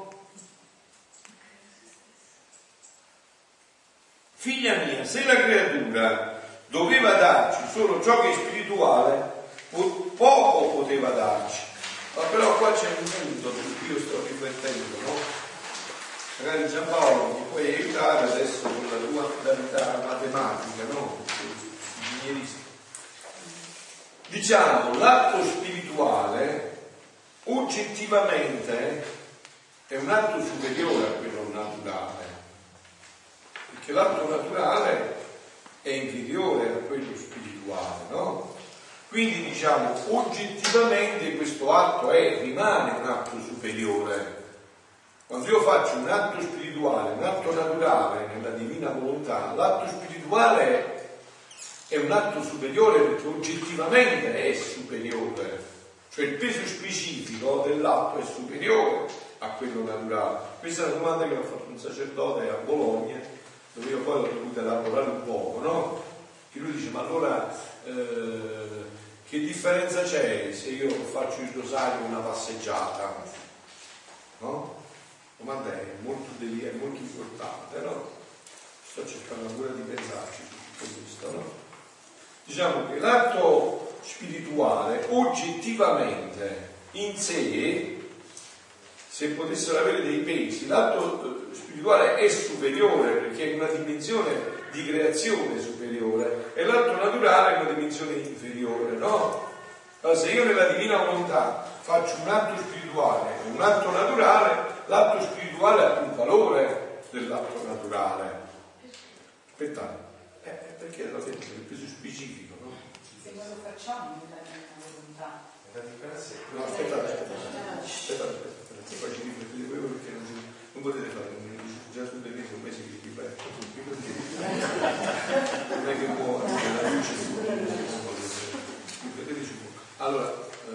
[SPEAKER 1] Figlia mia, se la creatura doveva darci solo ciò che è spirituale, poco poteva darci. Ma però qua c'è un punto su cui io sto riflettendo, no? Magari Giampaolo mi puoi aiutare adesso con la tua finalità matematica, no? Diciamo, l'atto spirituale oggettivamente è un atto superiore a quello naturale, perché l'atto naturale è inferiore a quello spirituale, no? Quindi diciamo, oggettivamente questo atto rimane un atto superiore. Quando io faccio un atto spirituale, un atto naturale nella divina volontà, l'atto spirituale è un atto superiore perché oggettivamente è superiore, cioè il peso specifico dell'atto è superiore a quello naturale. Questa è una domanda che mi ha fatto un sacerdote a Bologna, dove io poi ho dovuto elaborare un poco, no? Che lui dice, ma allora che differenza c'è se io faccio il rosario una passeggiata? No? Domanda è molto importante, no? Sto cercando ancora di pensarci su tutto questo, no? Diciamo che l'atto spirituale oggettivamente in sé, se potessero avere dei pesi, l'atto spirituale è superiore perché è una dimensione di creazione superiore e l'atto naturale è una dimensione inferiore, no? Allora, se io nella divina volontà faccio un atto spirituale e un atto naturale, l'atto spirituale ha più valore dell'atto naturale. Aspettate, perché l'ho detto, è il peso specifico, no?
[SPEAKER 6] Se noi lo facciamo nella divina volontà.
[SPEAKER 1] No, aspettate, poi ci riflettete voi perché non potete fare, già su dei mesi, un mese che ti ripeto, non è che può, la luce allora,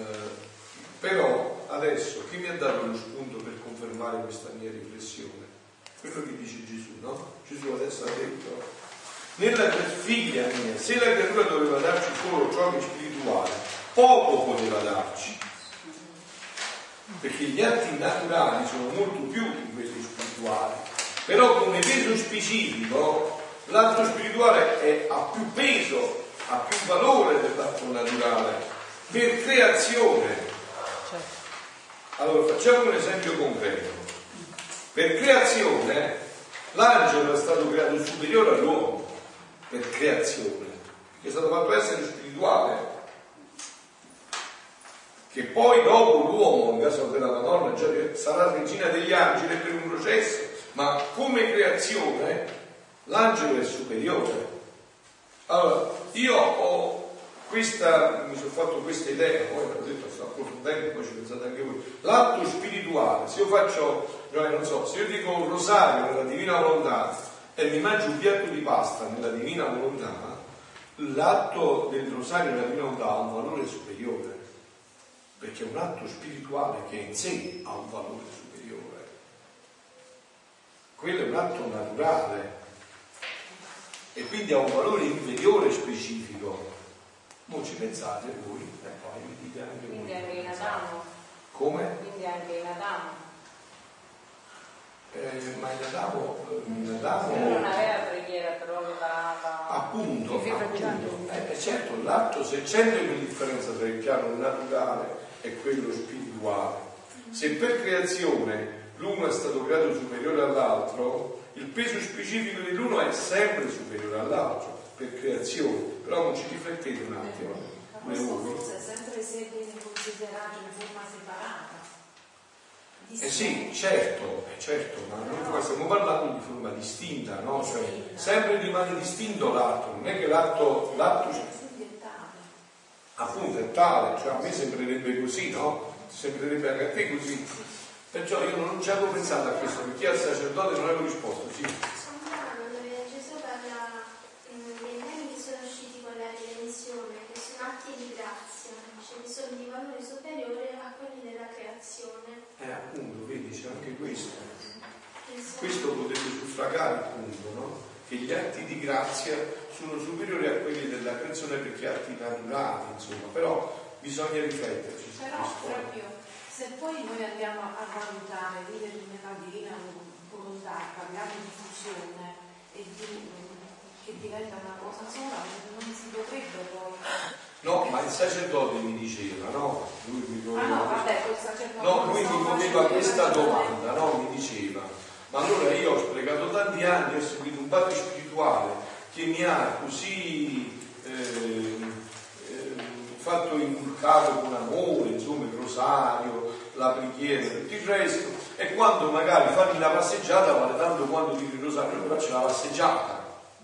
[SPEAKER 1] però adesso chi mi ha dato lo spunto per confermare questa mia riflessione? Quello che dice Gesù, no? Gesù adesso ha detto, nella figlia mia, se la creatura doveva darci solo ciò che è spirituale, poco poteva darci, perché gli atti naturali sono molto più di quelli spirituali, però come peso specifico l'atto spirituale ha più peso, ha più valore dell'atto naturale per creazione. Allora facciamo un esempio concreto. Per creazione l'angelo è stato creato superiore all'uomo, per creazione, perché è stato fatto essere spirituale, che poi dopo l'uomo, nel caso della Madonna, già sarà regina degli angeli per un processo, ma come creazione l'angelo è superiore. Allora io ho mi sono fatto questa idea, poi ho detto sto approfondendo, poi ci pensate anche voi. L'atto spirituale, se io faccio, non so, se io dico un rosario nella divina volontà e mi mangio un piatto di pasta nella divina volontà, l'atto del rosario nella divina volontà ha un valore superiore, perché è un atto spirituale che in sé ha un valore superiore. Quello è un atto naturale e quindi ha un valore inferiore specifico. Non ci pensate voi e poi mi dite anche voi.
[SPEAKER 6] Quindi anche in Adamo.
[SPEAKER 1] Come?
[SPEAKER 6] Quindi anche in Adamo.
[SPEAKER 1] Ma in Adamo
[SPEAKER 6] non aveva preghiera, però aveva
[SPEAKER 1] appunto certo, l'atto, se c'è una differenza tra il piano naturale e quello spirituale, se per creazione l'uno è stato creato superiore all'altro, il peso specifico dell'uno è sempre superiore all'altro per creazione, però non ci riflettete un attimo.
[SPEAKER 8] Questo forse sempre se viene considerato in forma separata.
[SPEAKER 1] Sì, certo, ma noi stiamo parlando di forma distinta, no? Cioè, sempre rimane distinto l'atto, non è che l'atto appunto è tale, cioè a me sembrerebbe così, no? Sembrerebbe anche a te così. Perciò io non ci avevo pensato a questo, perché al sacerdote non avevo risposto, sì.
[SPEAKER 9] Gesù parla dei temi che sono usciti con la redenzione, che sono atti di grazia, cioè che sono di valore superiore a quelli della creazione.
[SPEAKER 1] Appunto, vedi, c'è anche questo. Questo potrebbe suffragare il punto, no? Che gli atti di grazia sono superiori a quelli della creazione perché atti naturali, insomma, però bisogna rifletterci su
[SPEAKER 7] questo.
[SPEAKER 8] Però proprio, se poi noi andiamo a valutare, vivere nella divina volontà, parliamo di fusione e che diventa una cosa sola, non si dovrebbe poi...
[SPEAKER 1] No, ma il sacerdote mi diceva, no? Lui mi poneva questa domanda, no? Mi diceva, Ma allora io ho sprecato tanti anni, ho seguito un padre spirituale che mi ha così fatto inculcato con amore, insomma, il rosario, la preghiera, tutto il resto, e quando magari farmi una passeggiata vale tanto quanto dire il rosario, allora faccio una passeggiata.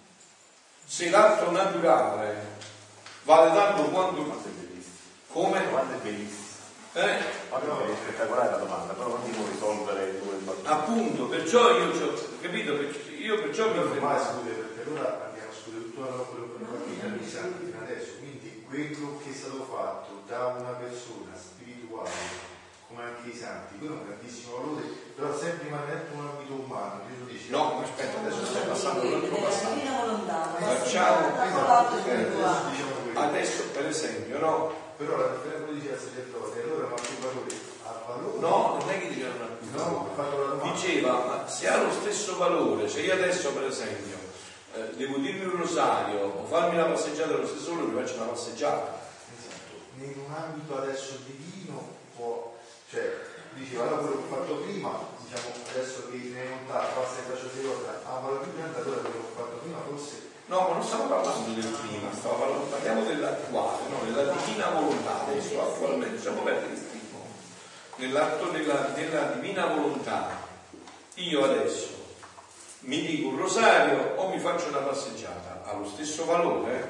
[SPEAKER 1] Se l'atto naturale vale tanto quanto... Come?
[SPEAKER 4] Quanto è bellissimo. È spettacolare la domanda, però non devo risolvere due battute.
[SPEAKER 1] Appunto, perciò io ho capito, io perciò mi
[SPEAKER 5] ormai perché allora abbiamo studiato tutto quello che i santi fino adesso, quindi quello che è stato fatto da una persona spirituale come anche i santi, quello è un grandissimo valore, però sempre rimanendo un ambito umano.
[SPEAKER 1] No, ma aspetta, adesso stai passando l'altro passaggio.
[SPEAKER 2] Facciamo
[SPEAKER 1] adesso per esempio, no?
[SPEAKER 5] Però la differenza diceva il sacerdote, allora non ha più valore, ha valore.
[SPEAKER 1] No, non è che diceva non ha più valore. Diceva, ma se ha lo stesso valore, se io adesso per esempio devo dirmi un rosario o farmi una passeggiata allo stesso valore, faccio una passeggiata.
[SPEAKER 5] Esatto, in un ambito adesso divino può, cioè, diceva allora quello che ho fatto prima, diciamo adesso che ne è montato, basta che faccio seconda, ha valore più grande, allora quello che ho fatto prima forse.
[SPEAKER 1] No, ma non stiamo parlando del prima, parliamo dell'attuale, no? Della divina volontà, adesso attualmente siamo aperti il primo. Nell'atto della divina volontà, io adesso mi dico un rosario o mi faccio una passeggiata, ha lo stesso valore?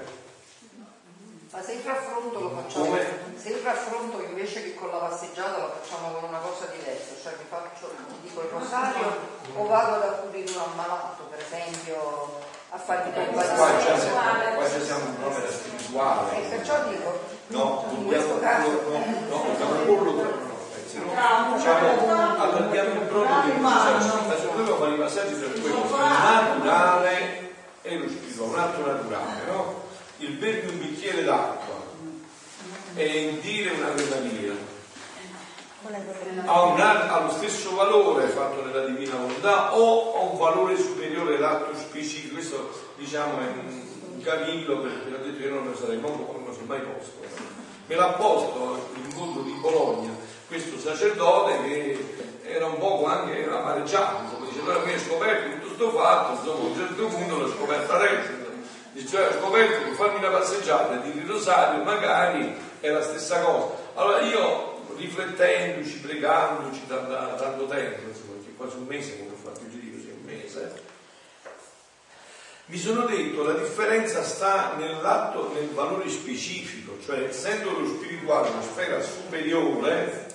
[SPEAKER 10] Ma se il raffronto lo facciamo,
[SPEAKER 1] come?
[SPEAKER 10] Se il raffronto invece che con la passeggiata lo facciamo con una cosa diversa, cioè mi dico il rosario o vado ad accudire un ammalato, per esempio, a fargli compagnia.
[SPEAKER 1] Qua già siamo un nome spirituale.
[SPEAKER 10] E perciò dico,
[SPEAKER 1] no,
[SPEAKER 10] in questo caso
[SPEAKER 1] dobbiamo porlo. Allarghiamo il brodo che dobbiamo fare i passaggi per quello naturale e lo spirituale, un atto naturale, no? Il bermi un bicchiere d'acqua e dire una litania ha lo stesso valore fatto nella divina volontà o ha un valore superiore l'atto specifico? Questo diciamo è un cavillo, perché ho detto io non me lo sarei mai posto. Me l'ha posto l'incontro di Bologna questo sacerdote che era un poco anche amareggiato, insomma, dice allora mi hai scoperto tutto sto fatto, insomma a un certo punto l'ho scoperta adesso, dice ho scoperto che farmi una passeggiata di rosario magari è la stessa cosa. Allora io riflettendoci, pregandoci da tanto tempo, insomma, perché quasi un mese come ho fatto il giro, sì, un mese, mi sono detto la differenza sta nell'atto, nel valore specifico, cioè essendo lo spirituale una sfera superiore,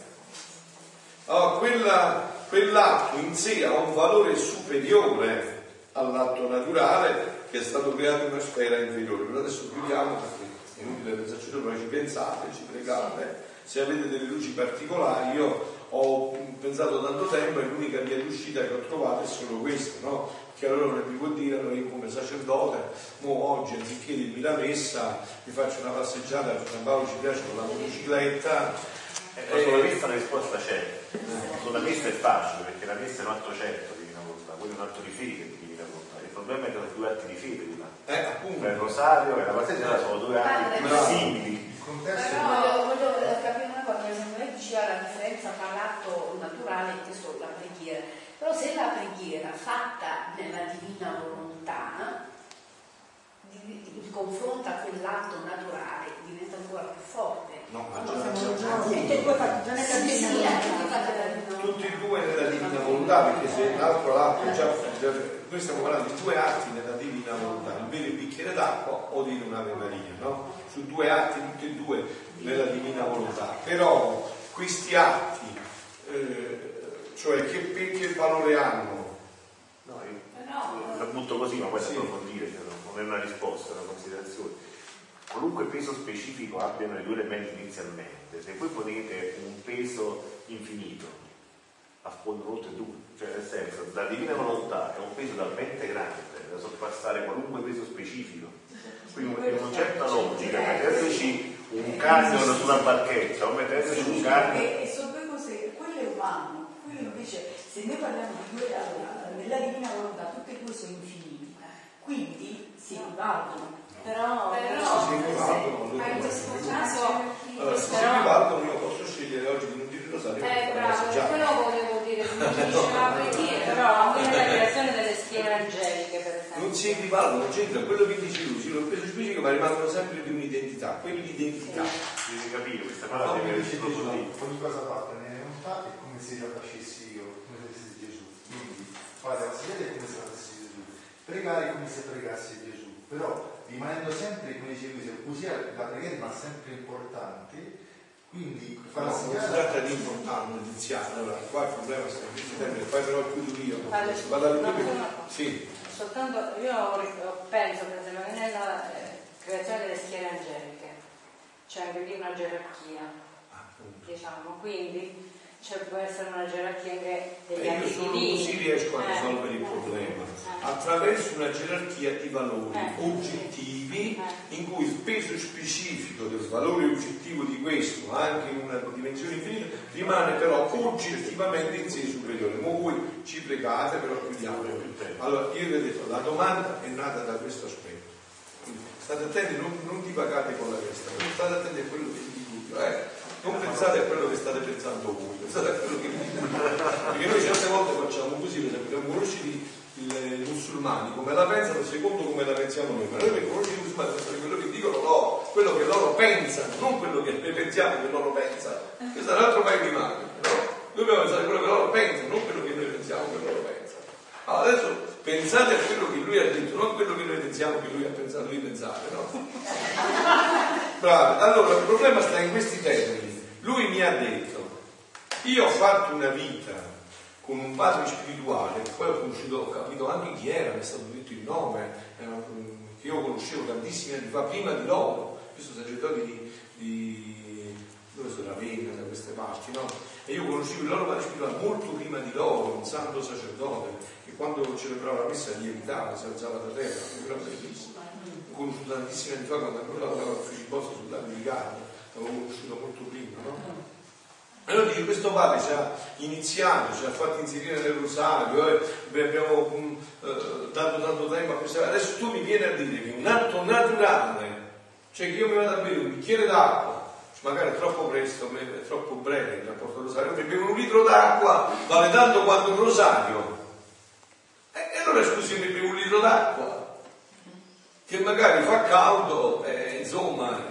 [SPEAKER 1] quell'atto in sé ha un valore superiore all'atto naturale che è stato creato in una sfera inferiore. Però adesso chiudiamo perché è inutile pensarci dopo, ci pensate, ci pregate, se avete delle luci particolari. Io ho pensato tanto tempo e l'unica via d'uscita che ho trovato è solo questa, no? Che allora mi può dire, allora io come sacerdote oggi anziché dirmi la messa mi faccio una passeggiata, San Paolo ci piace con la motocicletta.
[SPEAKER 4] Ma sulla messa la risposta c'è. Sulla messa è facile perché la messa è un atto certo di divina volontà, quello è un atto di fede di divina volontà. Il problema è che sono due atti di fede di là.
[SPEAKER 1] Appunto.
[SPEAKER 4] Il rosario e la passeggiata sono due atti più simili.
[SPEAKER 6] Però voglio capire una cosa, secondo me diceva la differenza tra l'atto naturale e questo la preghiera. Però se la preghiera fatta nella divina volontà confronta quell'atto naturale diventa ancora più forte.
[SPEAKER 1] No, ma
[SPEAKER 2] tutti e due fatti già nella divina volontà.
[SPEAKER 1] Tutti e due nella divina volontà, perché se l'altro l'atto noi stiamo parlando di due atti nella divina volontà, il bere il bicchiere d'acqua o dire un'Ave Maria, no? Su due atti tutti e due nella divina volontà. Però questi atti cioè che valore hanno?
[SPEAKER 4] No, io la butto così, ma poi approfondire, non è una risposta, è una considerazione. Qualunque peso specifico abbiano i due elementi inizialmente, se voi ponete un peso infinito a volte due, cioè nel senso la divina volontà è un peso talmente grande da sorpassare qualunque peso specifico. Quindi in una certa logica metterci un camion su una barchetta o metterci un camion.
[SPEAKER 2] E sono due cose, quello è umano, quello invece se noi parliamo di due, nella divina volontà tutte e due sono infiniti, quindi si rivalgono.
[SPEAKER 6] Però
[SPEAKER 1] si rivalgono,
[SPEAKER 6] in questo caso
[SPEAKER 1] allora, se si rivalgono io posso scegliere oggi di non dire rosario
[SPEAKER 6] bravo, quello volevo dire, come dice la preghiera, però
[SPEAKER 1] se equivalgono, c'entra quello che dice lui, sì, lo peso specifico, ma rimangono sempre di un'identità, quell'identità.
[SPEAKER 4] Devi capire questa
[SPEAKER 5] Allora,
[SPEAKER 4] parte
[SPEAKER 5] come
[SPEAKER 4] che
[SPEAKER 5] dice Gesù, ogni cosa fatta nelle volontà è come se la facessi io, come se facessi Gesù. Quindi fate la sede come se la facessi Gesù. Pregare come se pregassi Gesù. Però rimanendo sempre, come dice lui, così la preghiera rimane sempre importante. Quindi
[SPEAKER 1] Non si tratta di importante, iniziale, allora qua il problema sta in questi termini, poi però chiudo io. Sì.
[SPEAKER 10] Soltanto io penso per esempio che nella creazione delle schiere angeliche c'è anche lì una gerarchia, diciamo, quindi può essere una gerarchia anche degli atti divini.
[SPEAKER 1] Così riesco a risolvere il problema attraverso una gerarchia di valori oggettivi in cui il peso specifico del valore oggettivo di questo anche in una dimensione infinita rimane però oggettivamente in sé superiore. Ma voi ci pregate, però chiudiamo. Allora io vi ho detto, la domanda è nata da questo aspetto, quindi state attenti, non divagate con la testa, state attenti a quello che vi dico, non pensate a quello che state pensando voi, pensate a quello che vi dico, perché noi certe volte facciamo così, per esempio abbiamo conosciuto i musulmani come la pensano secondo come la pensiamo noi, ma noi per conoscere i musulmani pensano quello che dicono no, quello che loro pensano, non quello che noi pensiamo che loro pensano, questo è un altro paio di mani, no? Noi dobbiamo pensare a quello che loro pensano, non quello che noi pensiamo che loro pensano. Allora adesso pensate a quello che lui ha detto, non quello che noi pensiamo che lui ha pensato di pensare, no? Bravo, allora il problema sta in questi termini. Lui mi ha detto, io ho fatto una vita con un padre spirituale, poi ho capito anche chi era, mi è stato detto il nome, che io conoscevo tantissimi anni fa, prima di loro, questo sacerdote di dove sono Ravenna, da queste parti, no? E io conoscevo il loro padre spirituale molto prima di loro, un santo sacerdote, che quando celebrava la messa lievitava, si alzava da terra, era bellissimo. L'ho conosciuto tantissimi anni fa quando ancora lavorava a Fisibosso sul lago di Garda, l'avevo conosciuto molto prima, no? Allora dico, questo padre ci ha iniziato, ci ha fatto inserire nel rosario, abbiamo dato tanto tempo a questa. Adesso tu mi vieni a dire che un atto naturale, cioè che io mi vado a bere un bicchiere d'acqua, magari è troppo presto, è troppo breve il rapporto al rosario, mi bevo un litro d'acqua, vale tanto quanto un rosario. E allora scusi, mi bevo un litro d'acqua, che magari fa caldo, insomma.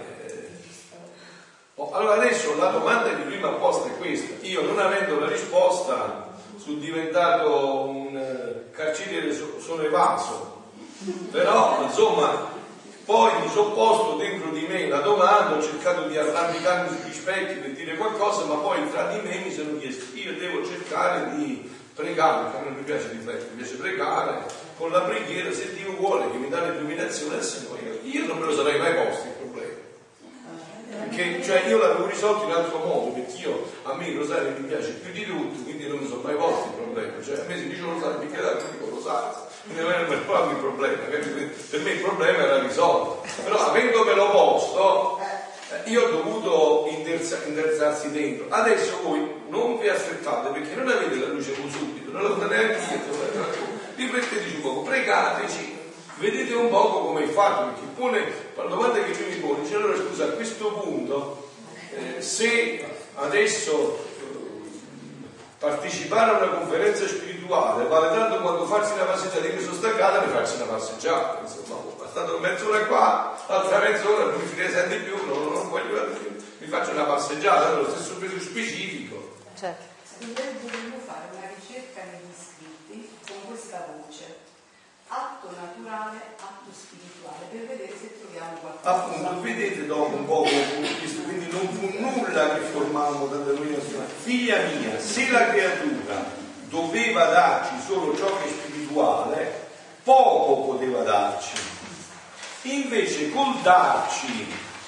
[SPEAKER 1] Allora adesso la domanda che lui mi ha posto è questa, io non avendo la risposta sono diventato un carceriere, sono evaso, però insomma poi mi sono posto dentro di me la domanda, ho cercato di arrampicarmi sugli specchi per dire qualcosa, ma poi tra di me mi sono chiesto, io devo cercare di pregare, perché a me non mi piace riflettere, mi piace pregare con la preghiera, se Dio vuole che mi dà l'illuminazione al Signore, io non me lo sarei mai posto il problema. Perché cioè io l'avevo risolto in altro modo, perché a me il rosario mi piace più di tutto, quindi non mi sono mai posto il problema, cioè a me si dice rosario mi chiede mi dico rosario, quindi non è proprio il problema, per me il problema era risolto, però avendomelo posto io ho dovuto indirizzarsi dentro. Adesso voi non vi affrettate perché non avete la luce subito, non la neanche io, rifletteteci un poco, pregateci, vedete un poco come è fatto, perché pone la domanda che lui mi pone, dice allora scusa, a questo punto se adesso partecipare a una conferenza spirituale vale tanto quanto farsi una passeggiata, io sono staccata per farsi una passeggiata, insomma, stato mezz'ora qua, l'altra mezz'ora non mi sente più, non voglio, mi faccio una passeggiata, lo stesso peso specifico.
[SPEAKER 10] Certo.
[SPEAKER 6] Dovremmo fare una ricerca negli scritti con questa voce, atto naturale, atto spirituale, per vedere se troviamo qualcosa.
[SPEAKER 1] Appunto, vedete dopo un po' questo, quindi non fu nulla che formavamo da noi. Figlia mia, se la creatura doveva darci solo ciò che è spirituale, poco poteva darci. Invece col darci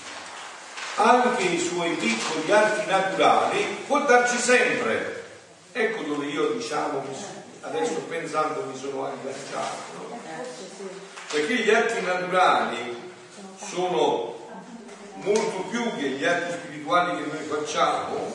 [SPEAKER 1] anche i suoi piccoli atti naturali può darci sempre. Ecco dove io diciamo adesso pensando mi sono agganciato, no? Perché gli atti naturali sono molto più che gli atti spirituali che noi facciamo,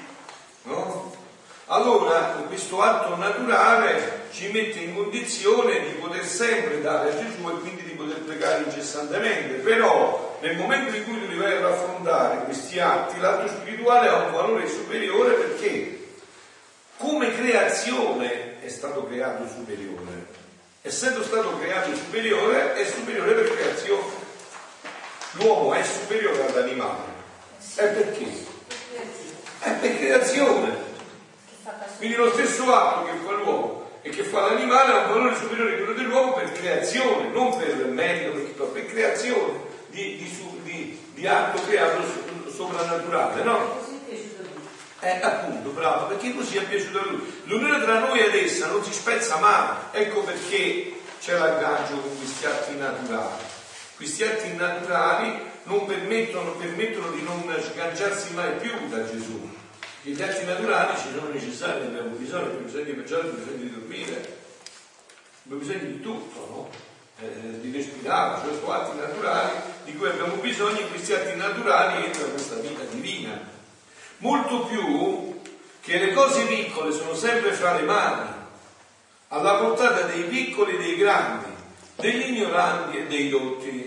[SPEAKER 1] no? Allora questo atto naturale ci mette in condizione di poter sempre dare a Gesù e quindi di poter pregare incessantemente, però nel momento in cui tu li vai a raffrontare questi atti, l'atto spirituale ha un valore superiore perché come creazione è stato creato superiore, essendo stato creato superiore, è superiore per creazione. L'uomo è superiore all'animale. E perché? È per creazione. Quindi lo stesso atto che fa l'uomo e che fa l'animale ha un valore superiore a quello dell'uomo per creazione, non per merito, per creazione di atto creato soprannaturale, no? Appunto, bravo, perché così è piaciuto a lui. L'unione tra noi ed essa non si spezza mai. Ecco perché c'è l'aggaggio con questi atti naturali. Questi atti naturali non permettono di non sganciarsi mai più da Gesù. Gli atti naturali ci sono necessari, abbiamo bisogno di mangiare, abbiamo bisogno di dormire, abbiamo bisogno di tutto, no? Di respirare, cioè sono atti naturali di cui abbiamo bisogno. In questi atti naturali entra questa vita divina. Molto più che le cose piccole sono sempre fra le mani, alla portata dei piccoli e dei grandi, degli ignoranti e dei dotti.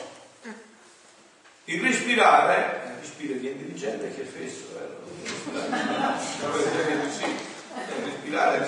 [SPEAKER 1] Il respirare, respira chi è intelligente e chi è fesso, respirare,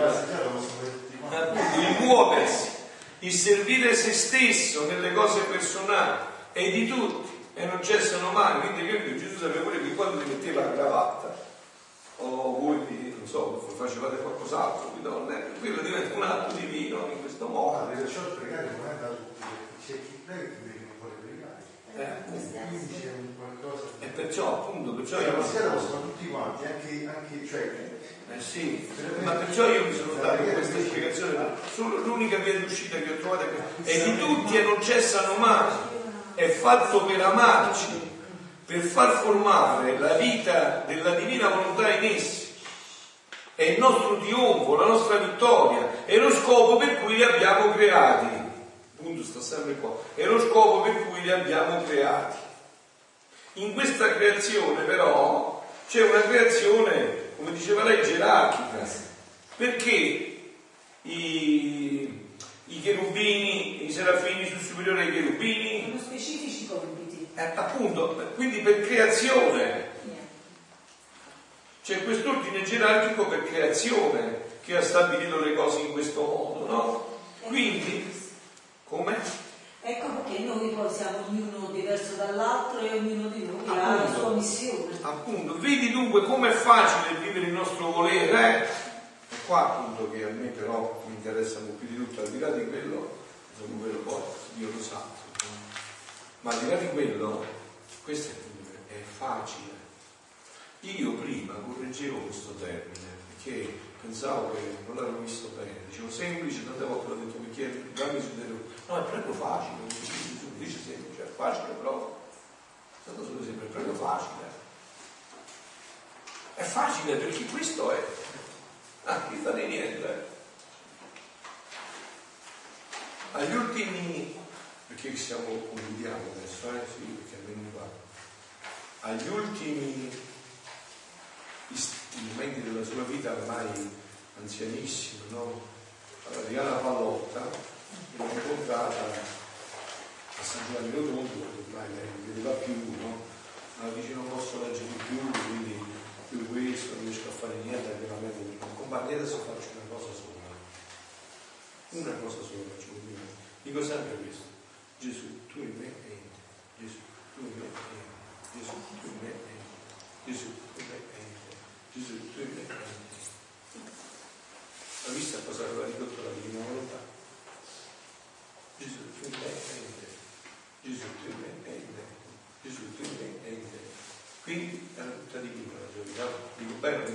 [SPEAKER 1] il muoversi, il servire se stesso nelle cose personali e di tutti. E non cessano mai. Quindi che Gesù sapeva pure che quando ti metteva la cravatta o voi non so, facevate qualcos'altro di donne, quello diventa un atto divino in questo modo.
[SPEAKER 5] Perciò pregare non è da tutti, c'è chi prega e chi non vuole pregare. Quindi c'è un qualcosa.
[SPEAKER 1] E perciò appunto
[SPEAKER 5] la sera possono tutti quanti, anche cioè.
[SPEAKER 1] Sì, ma perciò io mi sono dato questa spiegazione. L'unica via d'uscita che ho trovato è di tutti e non cessano mai. È fatto per amarci, per far formare la vita della divina volontà in essi. È il nostro trionfo, la nostra vittoria, è lo scopo per cui li abbiamo creati. Il punto sta sempre qua. È lo scopo per cui li abbiamo creati. In questa creazione però c'è una creazione, come diceva lei, gerarchica, perché i cherubini, i serafini sono superiori ai cherubini.
[SPEAKER 2] Sono specifici compiti.
[SPEAKER 1] Appunto, quindi per creazione. C'è quest'ordine gerarchico per creazione che ha stabilito le cose in questo modo, no? Quindi, come?
[SPEAKER 2] Ecco perché noi poi siamo ognuno diverso dall'altro e ognuno di noi ha la sua missione.
[SPEAKER 1] Appunto, vedi dunque com'è facile vivere il nostro volere, È qua appunto che a me però mi interessa un po' più di tutto, al di là di quello, poi Dio lo sa, ma al di là di quello, questo è facile. Io prima correggevo questo termine perché pensavo che non l'avevo visto bene, dicevo semplice, tante volte l'ho detto perché dammi su delle... No, è proprio facile, dice semplice, è facile però, è stato solo sempre, è proprio facile. È facile perché questo è. Qui sta di niente. Agli ultimi, perché concludiamo adesso, sì, perché è venuto qua. Agli ultimi momenti della sua vita, ormai anzianissimo, no? Allora, Diana Pallotta l'ho incontrata a San Giovanni Rotondo, ormai non vedeva più, no? Ma dice non posso leggere più, quindi più questo, non riesco a fare niente, veramente non compagni, adesso faccio una cosa sola. Una cosa sola faccio con me. Dico sempre questo: Gesù, tu in me e in te. Gesù, tu in me e in te. Gesù, tu in me e in te. Gesù, tu in me e in te. Gesù, tu in me e in te. Hai visto a cosa aveva ridotto la divina volontà? Gesù, tu in me e in te. Gesù, tu in me e in te. Gesù, tu in me e in te. Quindi era tutta divina la sua vita. Dico bene.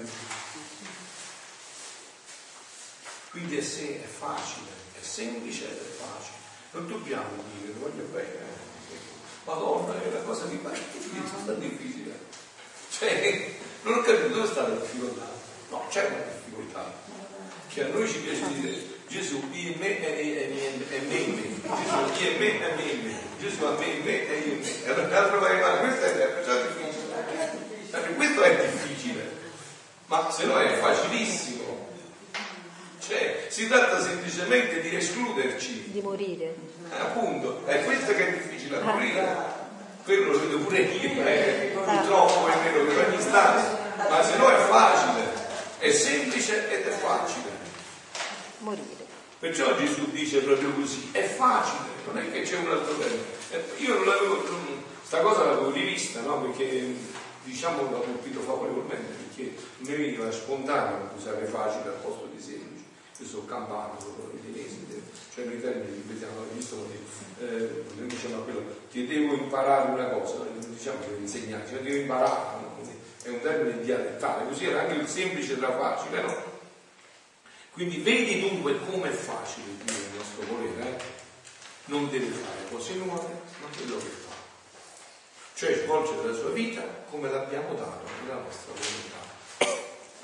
[SPEAKER 1] Quindi è facile, è semplice ed è facile. Non dobbiamo dire, lo voglio bene. Madonna, è una cosa di sta difficile. Cioè, non ho capito dove sta la difficoltà. No, c'è una difficoltà. Che a noi ci piace dire Gesù in me e me in me. Gesù in me e me in me. Gesù a me in me e io in me. Questo è perciò difficile. Perché questo è difficile. Ma se no è facilissimo. Cioè, si tratta semplicemente di escluderci.
[SPEAKER 10] Di morire.
[SPEAKER 1] Appunto, è questo che è difficile, morire. Quello lo vedo pure io, purtroppo è vero che ogni istante, ma se no è facile, è semplice ed è facile.
[SPEAKER 10] Morire.
[SPEAKER 1] Perciò Gesù dice proprio così, è facile, non è che c'è un altro termine. Io non l'avevo, sta cosa l'avevo rivista, no? Perché diciamo l'ho colpito favorevolmente, perché mi veniva spontaneo usare facile al posto di semplice. Io sono campano, sono milanese, cioè noi termini ripetiamo, visto noi diciamo a quello che devo imparare una cosa, non diciamo che devo insegnare, cioè devo imparare, no? È un termine dialettale, così era anche il semplice tra facile, no? Quindi vedi dunque come è facile dire il nostro volere, non deve fare cose nuove, ma quello che fa, cioè svolgere la sua vita come l'abbiamo dato nella nostra volontà.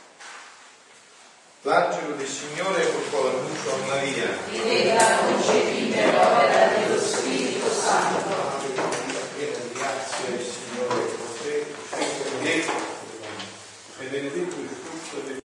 [SPEAKER 1] L'angelo del Signore portò l'annuncio a Maria.
[SPEAKER 10] Diventa concepita l'opera dello Spirito Santo.